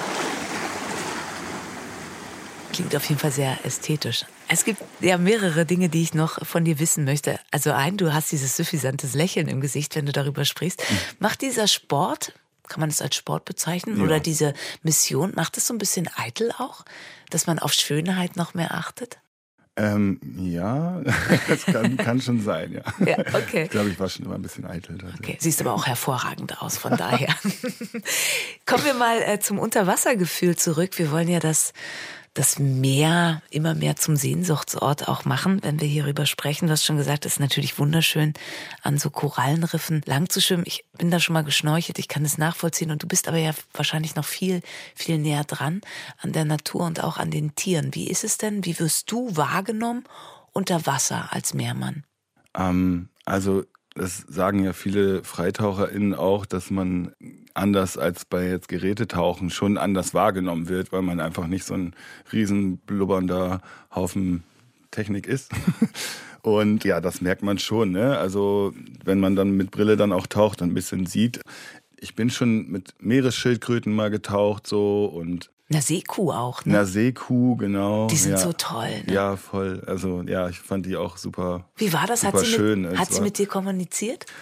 Klingt auf jeden Fall sehr ästhetisch. Es gibt ja mehrere Dinge, die ich noch von dir wissen möchte. Also ein, du hast dieses suffisantes Lächeln im Gesicht, wenn du darüber sprichst. Mhm. Macht dieser Sport, kann man es als Sport bezeichnen, ja, oder diese Mission, macht es so ein bisschen eitel auch, dass man auf Schönheit noch mehr achtet? Ähm, ja, das kann, kann schon sein, ja. Ja, okay. Ich glaube, ich war schon immer ein bisschen eitel. Okay, siehst aber auch hervorragend aus, von daher. Kommen wir mal äh, zum Unterwassergefühl zurück. Wir wollen ja das, das Meer immer mehr zum Sehnsuchtsort auch machen, wenn wir hierüber sprechen. Du hast schon gesagt, es ist natürlich wunderschön, an so Korallenriffen lang zu schwimmen. Ich bin da schon mal geschnorchelt, ich kann es nachvollziehen. Und du bist aber ja wahrscheinlich noch viel, viel näher dran an der Natur und auch an den Tieren. Wie ist es denn, wie wirst du wahrgenommen unter Wasser als Meermann? Ähm, also das sagen ja viele FreitaucherInnen auch, dass man anders als bei jetzt Gerätetauchen schon anders wahrgenommen wird, weil man einfach nicht so ein riesen blubbernder Haufen Technik ist. Und ja, das merkt man schon, ne? Also wenn man dann mit Brille dann auch taucht, ein bisschen sieht. Ich bin schon mit Meeresschildkröten mal getaucht so und Eine Seekuh auch, ne? Eine Seekuh, genau. Die sind ja. so toll, ne? Ja, voll. Also ja, ich fand die auch super. Wie war das? Super hat sie, schön. mit, hat sie mit dir kommuniziert?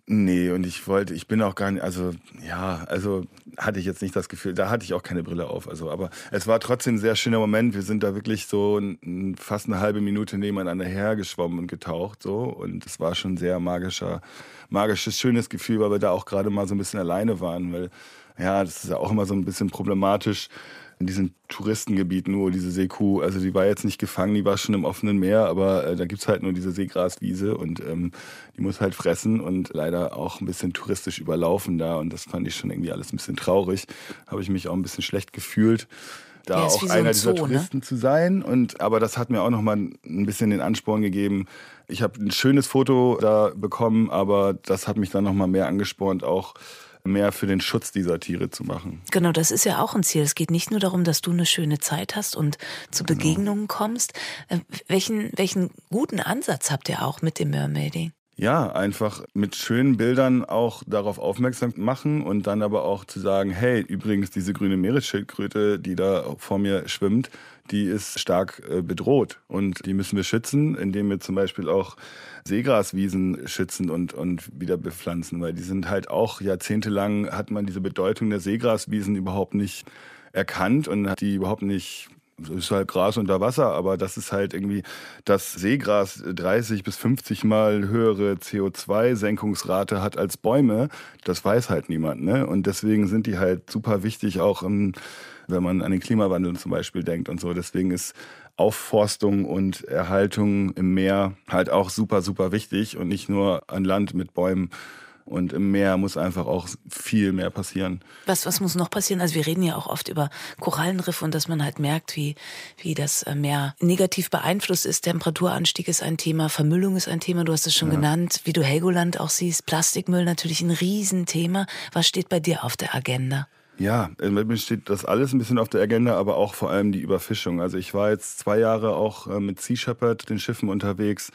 Nee, und ich wollte, ich bin auch gar nicht, also ja, also hatte ich jetzt nicht das Gefühl, da hatte ich auch keine Brille auf. Also, aber es war trotzdem ein sehr schöner Moment. Wir sind da wirklich so ein, fast eine halbe Minute nebeneinander hergeschwommen und getaucht. So. Und es war schon ein sehr magischer, magisches, schönes Gefühl, weil wir da auch gerade mal so ein bisschen alleine waren. Weil, ja, das ist ja auch immer so ein bisschen problematisch. In diesen Touristengebieten nur diese Seekuh, also die war jetzt nicht gefangen, die war schon im offenen Meer, aber äh, da gibt's halt nur diese Seegraswiese und ähm, die muss halt fressen und leider auch ein bisschen touristisch überlaufen da und das fand ich schon irgendwie alles ein bisschen traurig. Habe ich mich auch ein bisschen schlecht gefühlt, da Ja, ist auch wie so einer ein dieser Zoo, ne? Touristen zu sein. Und aber das hat mir auch nochmal ein bisschen den Ansporn gegeben. Ich habe ein schönes Foto da bekommen, aber das hat mich dann nochmal mehr angespornt, auch mehr für den Schutz dieser Tiere zu machen. Genau, das ist ja auch ein Ziel. Es geht nicht nur darum, dass du eine schöne Zeit hast und zu Begegnungen kommst. Äh, Welchen, welchen guten Ansatz habt ihr auch mit dem Mermaiding? Ja, einfach mit schönen Bildern auch darauf aufmerksam machen und dann aber auch zu sagen, hey, übrigens diese grüne Meeresschildkröte, die da vor mir schwimmt, die ist stark äh, bedroht und die müssen wir schützen, indem wir zum Beispiel auch Seegraswiesen schützen und, und wieder bepflanzen, weil die sind halt auch jahrzehntelang hat man diese Bedeutung der Seegraswiesen überhaupt nicht erkannt und hat die überhaupt nicht. Es ist halt Gras unter Wasser, aber das ist halt irgendwie, dass Seegras dreißig bis fünfzig Mal höhere C O zwei Senkungsrate hat als Bäume, das weiß halt niemand, ne? Und deswegen sind die halt super wichtig, auch im, wenn man an den Klimawandel zum Beispiel denkt und so. Deswegen ist Aufforstung und Erhaltung im Meer halt auch super, super wichtig und nicht nur an Land mit Bäumen. Und im Meer muss einfach auch viel mehr passieren. Was, was muss noch passieren? Also wir reden ja auch oft über Korallenriffe und dass man halt merkt, wie, wie das Meer negativ beeinflusst ist. Temperaturanstieg ist ein Thema, Vermüllung ist ein Thema, du hast es schon ja. genannt. Wie du Helgoland auch siehst, Plastikmüll natürlich ein Riesenthema. Was steht bei dir auf der Agenda? Ja, bei mir steht das alles ein bisschen auf der Agenda, aber auch vor allem die Überfischung. Also ich war jetzt zwei Jahre auch mit Sea Shepherd, den Schiffen unterwegs,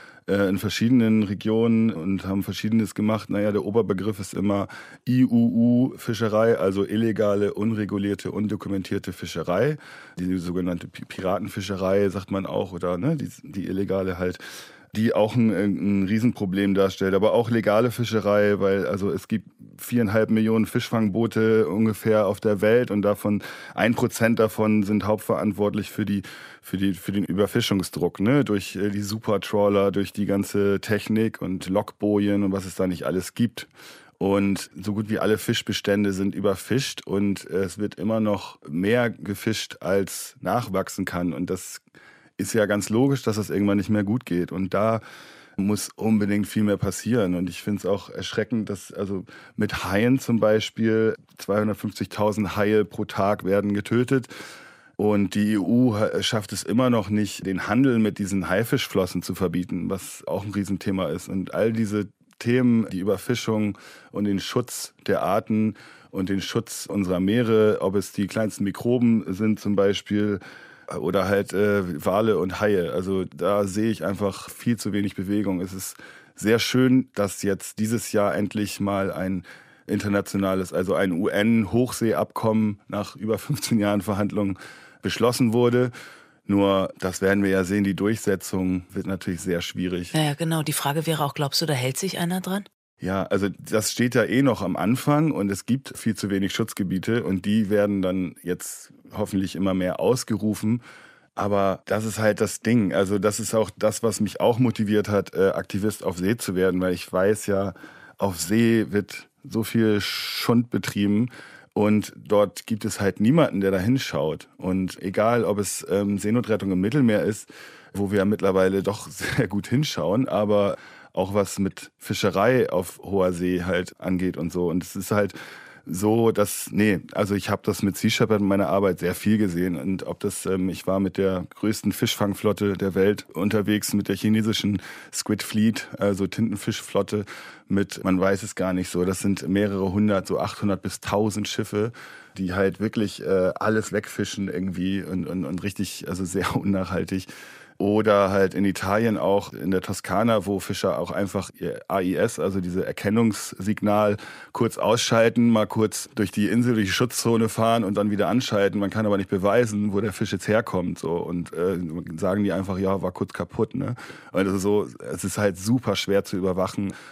in verschiedenen Regionen und haben Verschiedenes gemacht. Naja, der Oberbegriff ist immer I U U-Fischerei, also illegale, unregulierte, undokumentierte Fischerei. Die sogenannte Piratenfischerei, sagt man auch, oder ne, die, die illegale halt, die auch ein, ein Riesenproblem darstellt. Aber auch legale Fischerei, weil also es gibt viereinhalb Millionen Fischfangboote ungefähr auf der Welt und davon ein Prozent davon sind hauptverantwortlich für die für die für den Überfischungsdruck, ne, durch die Supertrawler, durch die ganze Technik und Lockbojen und was es da nicht alles gibt. Und so gut wie alle Fischbestände sind überfischt und es wird immer noch mehr gefischt, als nachwachsen kann. Und das ist ja ganz logisch, dass das irgendwann nicht mehr gut geht. Und da muss unbedingt viel mehr passieren. Und ich finde es auch erschreckend, dass also mit Haien zum Beispiel zweihundertfünfzigtausend Haie pro Tag werden getötet. Und die E U schafft es immer noch nicht, den Handel mit diesen Haifischflossen zu verbieten, was auch ein Riesenthema ist. Und all diese Themen, die Überfischung und den Schutz der Arten und den Schutz unserer Meere, ob es die kleinsten Mikroben sind zum Beispiel, oder halt äh, Wale und Haie. Also da sehe ich einfach viel zu wenig Bewegung. Es ist sehr schön, dass jetzt dieses Jahr endlich mal ein internationales, also ein U N-Hochseeabkommen nach über fünfzehn Jahren Verhandlungen beschlossen wurde. Nur, das werden wir ja sehen, die Durchsetzung wird natürlich sehr schwierig. Ja, ja, genau. Die Frage wäre auch, glaubst du, da hält sich einer dran? Ja, also das steht ja eh noch am Anfang und es gibt viel zu wenig Schutzgebiete und die werden dann jetzt hoffentlich immer mehr ausgerufen. Aber das ist halt das Ding. Also das ist auch das, was mich auch motiviert hat, Aktivist auf See zu werden, weil ich weiß ja, auf See wird so viel Schund betrieben und dort gibt es halt niemanden, der da hinschaut. Und egal, ob es ähm, Seenotrettung im Mittelmeer ist, wo wir ja mittlerweile doch sehr gut hinschauen, aber auch was mit Fischerei auf hoher See halt angeht und so. Und es ist halt so, dass, nee, also ich habe das mit Sea Shepherd in meiner Arbeit sehr viel gesehen. Und ob das, ähm, ich war mit der größten Fischfangflotte der Welt unterwegs, mit der chinesischen Squid Fleet, also Tintenfischflotte, mit, man weiß es gar nicht so, das sind mehrere hundert, so achthundert bis tausend Schiffe, die halt wirklich äh, alles wegfischen irgendwie und, und, und richtig, also sehr unnachhaltig. Oder halt in Italien auch, in der Toskana, wo Fischer auch einfach ihr A I S, also diese Erkennungssignal, kurz ausschalten, mal kurz durch die Insel, durch die Schutzzone fahren und dann wieder anschalten. Man kann aber nicht beweisen, wo der Fisch jetzt herkommt. So. Und äh, sagen die einfach, ja, war kurz kaputt. Ne? Und also so, es ist halt super schwer zu überwachen und es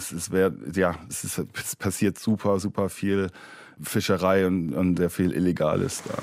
es, es wäre, ja, es, ist, es passiert super, super viel Fischerei und, und sehr viel Illegales da.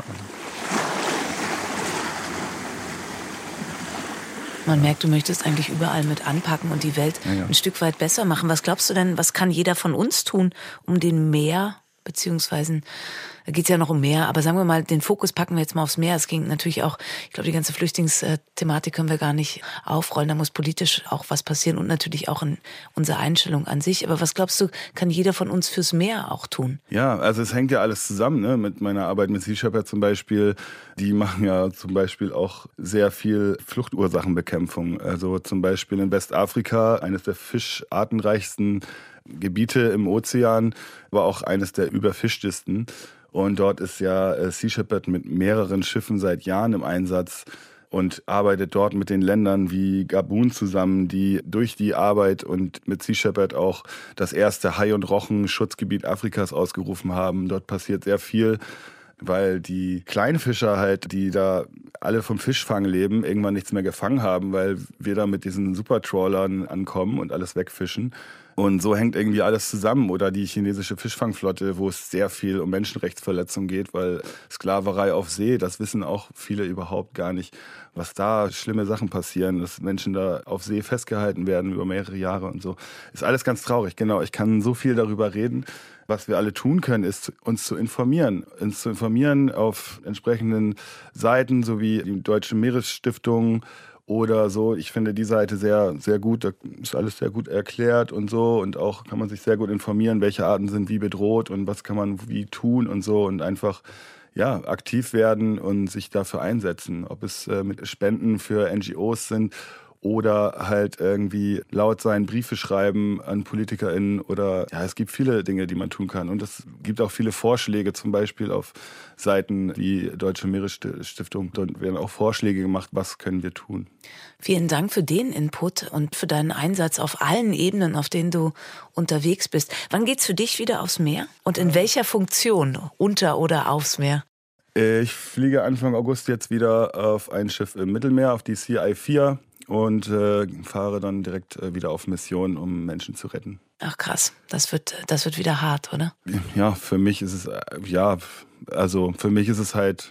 Man merkt, du möchtest eigentlich überall mit anpacken und die Welt ja, ja. ein Stück weit besser machen. Was glaubst du denn, was kann jeder von uns tun, um den Meer, beziehungsweise, da geht es ja noch um Meer, aber sagen wir mal, den Fokus packen wir jetzt mal aufs Meer. Es ging natürlich auch, ich glaube, die ganze Flüchtlingsthematik können wir gar nicht aufrollen. Da muss politisch auch was passieren und natürlich auch in unserer Einstellung an sich. Aber was glaubst du, kann jeder von uns fürs Meer auch tun? Ja, also es hängt ja alles zusammen, ne? Mit meiner Arbeit mit Sea Shepherd zum Beispiel. Die machen ja zum Beispiel auch sehr viel Fluchtursachenbekämpfung. Also zum Beispiel in Westafrika, eines der fischartenreichsten Gebiete im Ozean, aber auch eines der überfischtesten. Und dort ist ja Sea Shepherd mit mehreren Schiffen seit Jahren im Einsatz und arbeitet dort mit den Ländern wie Gabun zusammen, die durch die Arbeit und mit Sea Shepherd auch das erste Hai- und Rochen-Schutzgebiet Afrikas ausgerufen haben. Dort passiert sehr viel, weil die Kleinfischer halt, die da alle vom Fischfang leben, irgendwann nichts mehr gefangen haben, weil wir da mit diesen Supertrawlern ankommen und alles wegfischen. Und so hängt irgendwie alles zusammen. Oder die chinesische Fischfangflotte, wo es sehr viel um Menschenrechtsverletzungen geht, weil Sklaverei auf See, das wissen auch viele überhaupt gar nicht, was da schlimme Sachen passieren, dass Menschen da auf See festgehalten werden über mehrere Jahre und so. Ist alles ganz traurig, genau. Ich kann so viel darüber reden. Was wir alle tun können, ist, uns zu informieren. Uns zu informieren auf entsprechenden Seiten, so wie die Deutsche Meeresstiftung oder so. Ich finde die Seite sehr, sehr gut. Da ist alles sehr gut erklärt und so. Und auch kann man sich sehr gut informieren, welche Arten sind wie bedroht und was kann man wie tun und so. Und einfach ja, aktiv werden und sich dafür einsetzen. Ob es äh, mit Spenden für N G Os sind oder halt irgendwie laut sein, Briefe schreiben an PolitikerInnen oder ja, es gibt viele Dinge, die man tun kann. Und es gibt auch viele Vorschläge, zum Beispiel auf Seiten wie Deutsche Meeresstiftung. Dort werden auch Vorschläge gemacht, was können wir tun. Vielen Dank für den Input und für deinen Einsatz auf allen Ebenen, auf denen du unterwegs bist. Wann geht's für dich wieder aufs Meer? Und in welcher Funktion? Unter oder aufs Meer? Ich fliege Anfang August jetzt wieder auf ein Schiff im Mittelmeer, auf die C I vier. Und äh, fahre dann direkt äh, wieder auf Mission, um Menschen zu retten. Ach krass, das wird, das wird wieder hart, oder? Ja, für mich ist es, äh, ja, also für mich ist es halt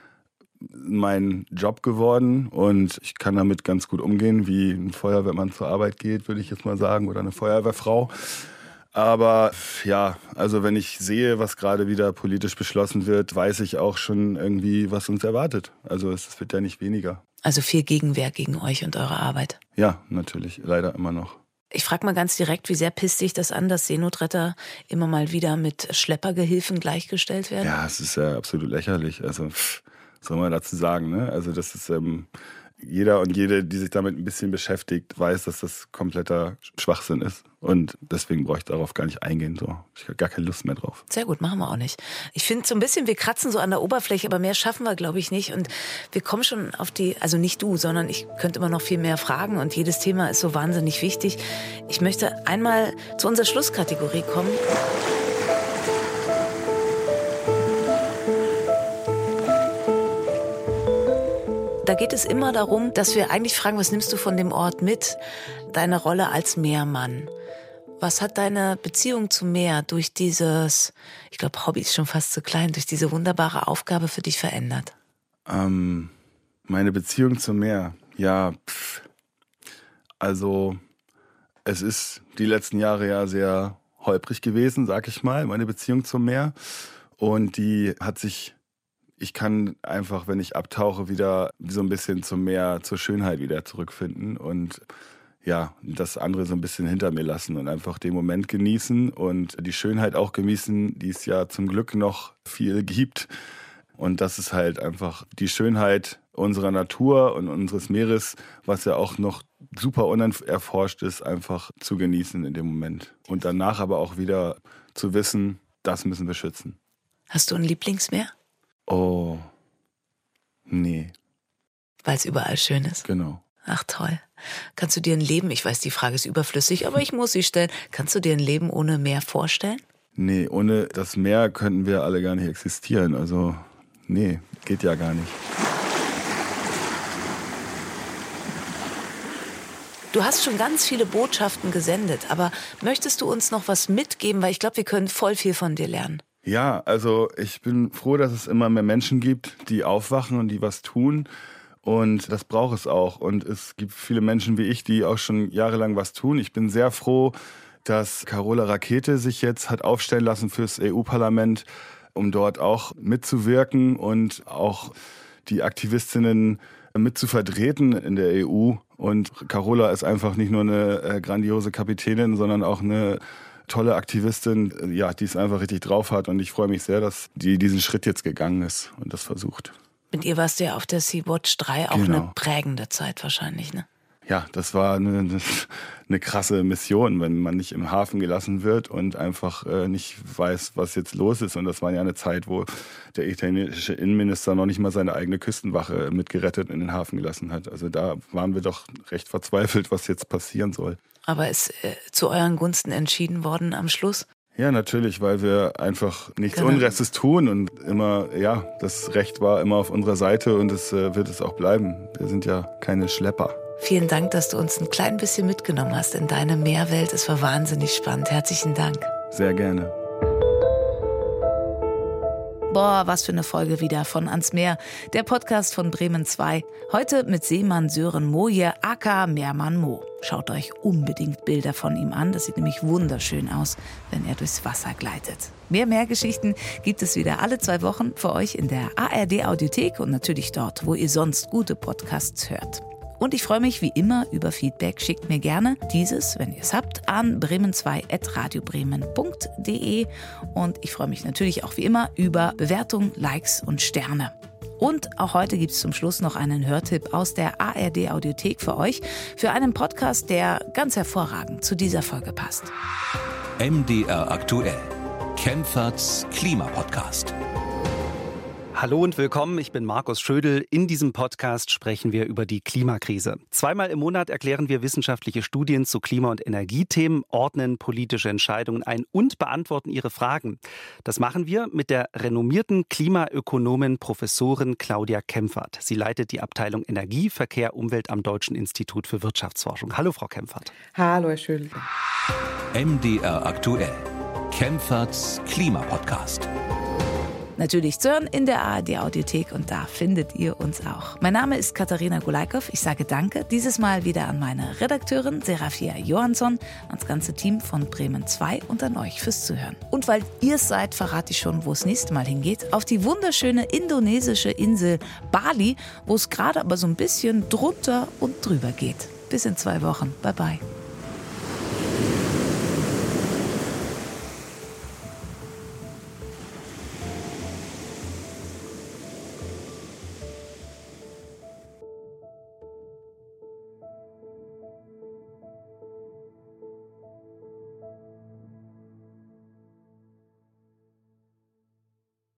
mein Job geworden und ich kann damit ganz gut umgehen, wie ein Feuerwehrmann zur Arbeit geht, würde ich jetzt mal sagen, oder eine Feuerwehrfrau. Aber ja, also wenn ich sehe, was gerade wieder politisch beschlossen wird, weiß ich auch schon irgendwie, was uns erwartet. Also es wird ja nicht weniger. Also viel Gegenwehr gegen euch und eure Arbeit. Ja, natürlich, leider immer noch. Ich frage mal ganz direkt, wie sehr pisst dich das an, dass Seenotretter immer mal wieder mit Schleppergehilfen gleichgestellt werden? Ja, es ist ja absolut lächerlich. Also, pff, was soll man dazu sagen, ne? Also das ist, ähm, jeder und jede, die sich damit ein bisschen beschäftigt, weiß, dass das kompletter Schwachsinn ist. Und deswegen brauche ich darauf gar nicht eingehen. So. Ich habe gar keine Lust mehr drauf. Sehr gut, machen wir auch nicht. Ich finde so ein bisschen, wir kratzen so an der Oberfläche, aber mehr schaffen wir, glaube ich, nicht. Und wir kommen schon auf die, also nicht du, sondern ich könnte immer noch viel mehr fragen. Und jedes Thema ist so wahnsinnig wichtig. Ich möchte einmal zu unserer Schlusskategorie kommen. Da geht es immer darum, dass wir eigentlich fragen, was nimmst du von dem Ort mit? Deine Rolle als Meermann. Was hat deine Beziehung zum Meer durch dieses, ich glaube, Hobby ist schon fast zu klein, durch diese wunderbare Aufgabe für dich verändert? Ähm, meine Beziehung zum Meer, ja, pff. Also es ist die letzten Jahre ja sehr holprig gewesen, sag ich mal, meine Beziehung zum Meer. Und die hat sich... Ich kann einfach, wenn ich abtauche, wieder so ein bisschen zum Meer, zur Schönheit wieder zurückfinden und ja, das andere so ein bisschen hinter mir lassen und einfach den Moment genießen und die Schönheit auch genießen, die es ja zum Glück noch viel gibt. Und das ist halt einfach die Schönheit unserer Natur und unseres Meeres, was ja auch noch super unerforscht ist, einfach zu genießen in dem Moment. Und danach aber auch wieder zu wissen, das müssen wir schützen. Hast du ein Lieblingsmeer? Oh, nee. Weil es überall schön ist? Genau. Ach toll. Kannst du dir ein Leben, ich weiß, die Frage ist überflüssig, aber ich muss sie stellen. Kannst du dir ein Leben ohne Meer vorstellen? Nee, ohne das Meer könnten wir alle gar nicht existieren. Also, nee, geht ja gar nicht. Du hast schon ganz viele Botschaften gesendet, aber möchtest du uns noch was mitgeben? Weil ich glaube, wir können voll viel von dir lernen. Ja, also ich bin froh, dass es immer mehr Menschen gibt, die aufwachen und die was tun. Und das braucht es auch. Und es gibt viele Menschen wie ich, die auch schon jahrelang was tun. Ich bin sehr froh, dass Carola Rakete sich jetzt hat aufstellen lassen fürs E U-Parlament, um dort auch mitzuwirken und auch die Aktivistinnen mit zu vertreten in der E U. Und Carola ist einfach nicht nur eine äh, grandiose Kapitänin, sondern auch eine tolle Aktivistin, ja, die es einfach richtig drauf hat. Und ich freue mich sehr, dass die diesen Schritt jetzt gegangen ist und das versucht. Mit ihr warst du ja auf der Sea-Watch drei auch Genau. eine prägende Zeit wahrscheinlich, ne? Ja, das war eine, eine, eine krasse Mission, wenn man nicht im Hafen gelassen wird und einfach äh, nicht weiß, was jetzt los ist. Und das war ja eine Zeit, wo der italienische Innenminister noch nicht mal seine eigene Küstenwache mitgerettet in den Hafen gelassen hat. Also da waren wir doch recht verzweifelt, was jetzt passieren soll. Aber ist äh, zu euren Gunsten entschieden worden am Schluss? Ja, natürlich, weil wir einfach nichts Genau. Unrechtes tun und immer, ja, das Recht war immer auf unserer Seite und es äh, wird es auch bleiben. Wir sind ja keine Schlepper. Vielen Dank, dass du uns ein klein bisschen mitgenommen hast in deine Meerwelt. Es war wahnsinnig spannend. Herzlichen Dank. Sehr gerne. Boah, was für eine Folge wieder von Ans Meer, der Podcast von Bremen zwei. Heute mit Seemann Sören Moje, aka Meermann Mo. Schaut euch unbedingt Bilder von ihm an. Das sieht nämlich wunderschön aus, wenn er durchs Wasser gleitet. Mehr Meergeschichten gibt es wieder alle zwei Wochen für euch in der A R D-Audiothek und natürlich dort, wo ihr sonst gute Podcasts hört. Und ich freue mich wie immer über Feedback. Schickt mir gerne dieses, wenn ihr es habt, an bremen zwei at radiobremen punkt de. Und ich freue mich natürlich auch wie immer über Bewertungen, Likes und Sterne. Und auch heute gibt es zum Schluss noch einen Hörtipp aus der A R D-Audiothek für euch, für einen Podcast, der ganz hervorragend zu dieser Folge passt. M D R aktuell. Kempferts Klimapodcast. Hallo und willkommen, ich bin Markus Schödel. In diesem Podcast sprechen wir über die Klimakrise. Zweimal im Monat erklären wir wissenschaftliche Studien zu Klima- und Energiethemen, ordnen politische Entscheidungen ein und beantworten Ihre Fragen. Das machen wir mit der renommierten Klimaökonomin Professorin Claudia Kempfert. Sie leitet die Abteilung Energie, Verkehr, Umwelt am Deutschen Institut für Wirtschaftsforschung. Hallo, Frau Kempfert. Hallo, Herr Schödel. M D R aktuell. Kempferts Klimapodcast. Natürlich zu hören in der A R D-Audiothek und da findet ihr uns auch. Mein Name ist Katharina Gulaikow. Ich sage Danke, dieses Mal wieder an meine Redakteurin Serafia Johansson, ans ganze Team von Bremen zwei und an euch fürs Zuhören. Und weil ihr es seid, verrate ich schon, wo es nächste Mal hingeht. Auf die wunderschöne indonesische Insel Bali, wo es gerade aber so ein bisschen drunter und drüber geht. Bis in zwei Wochen. Bye bye.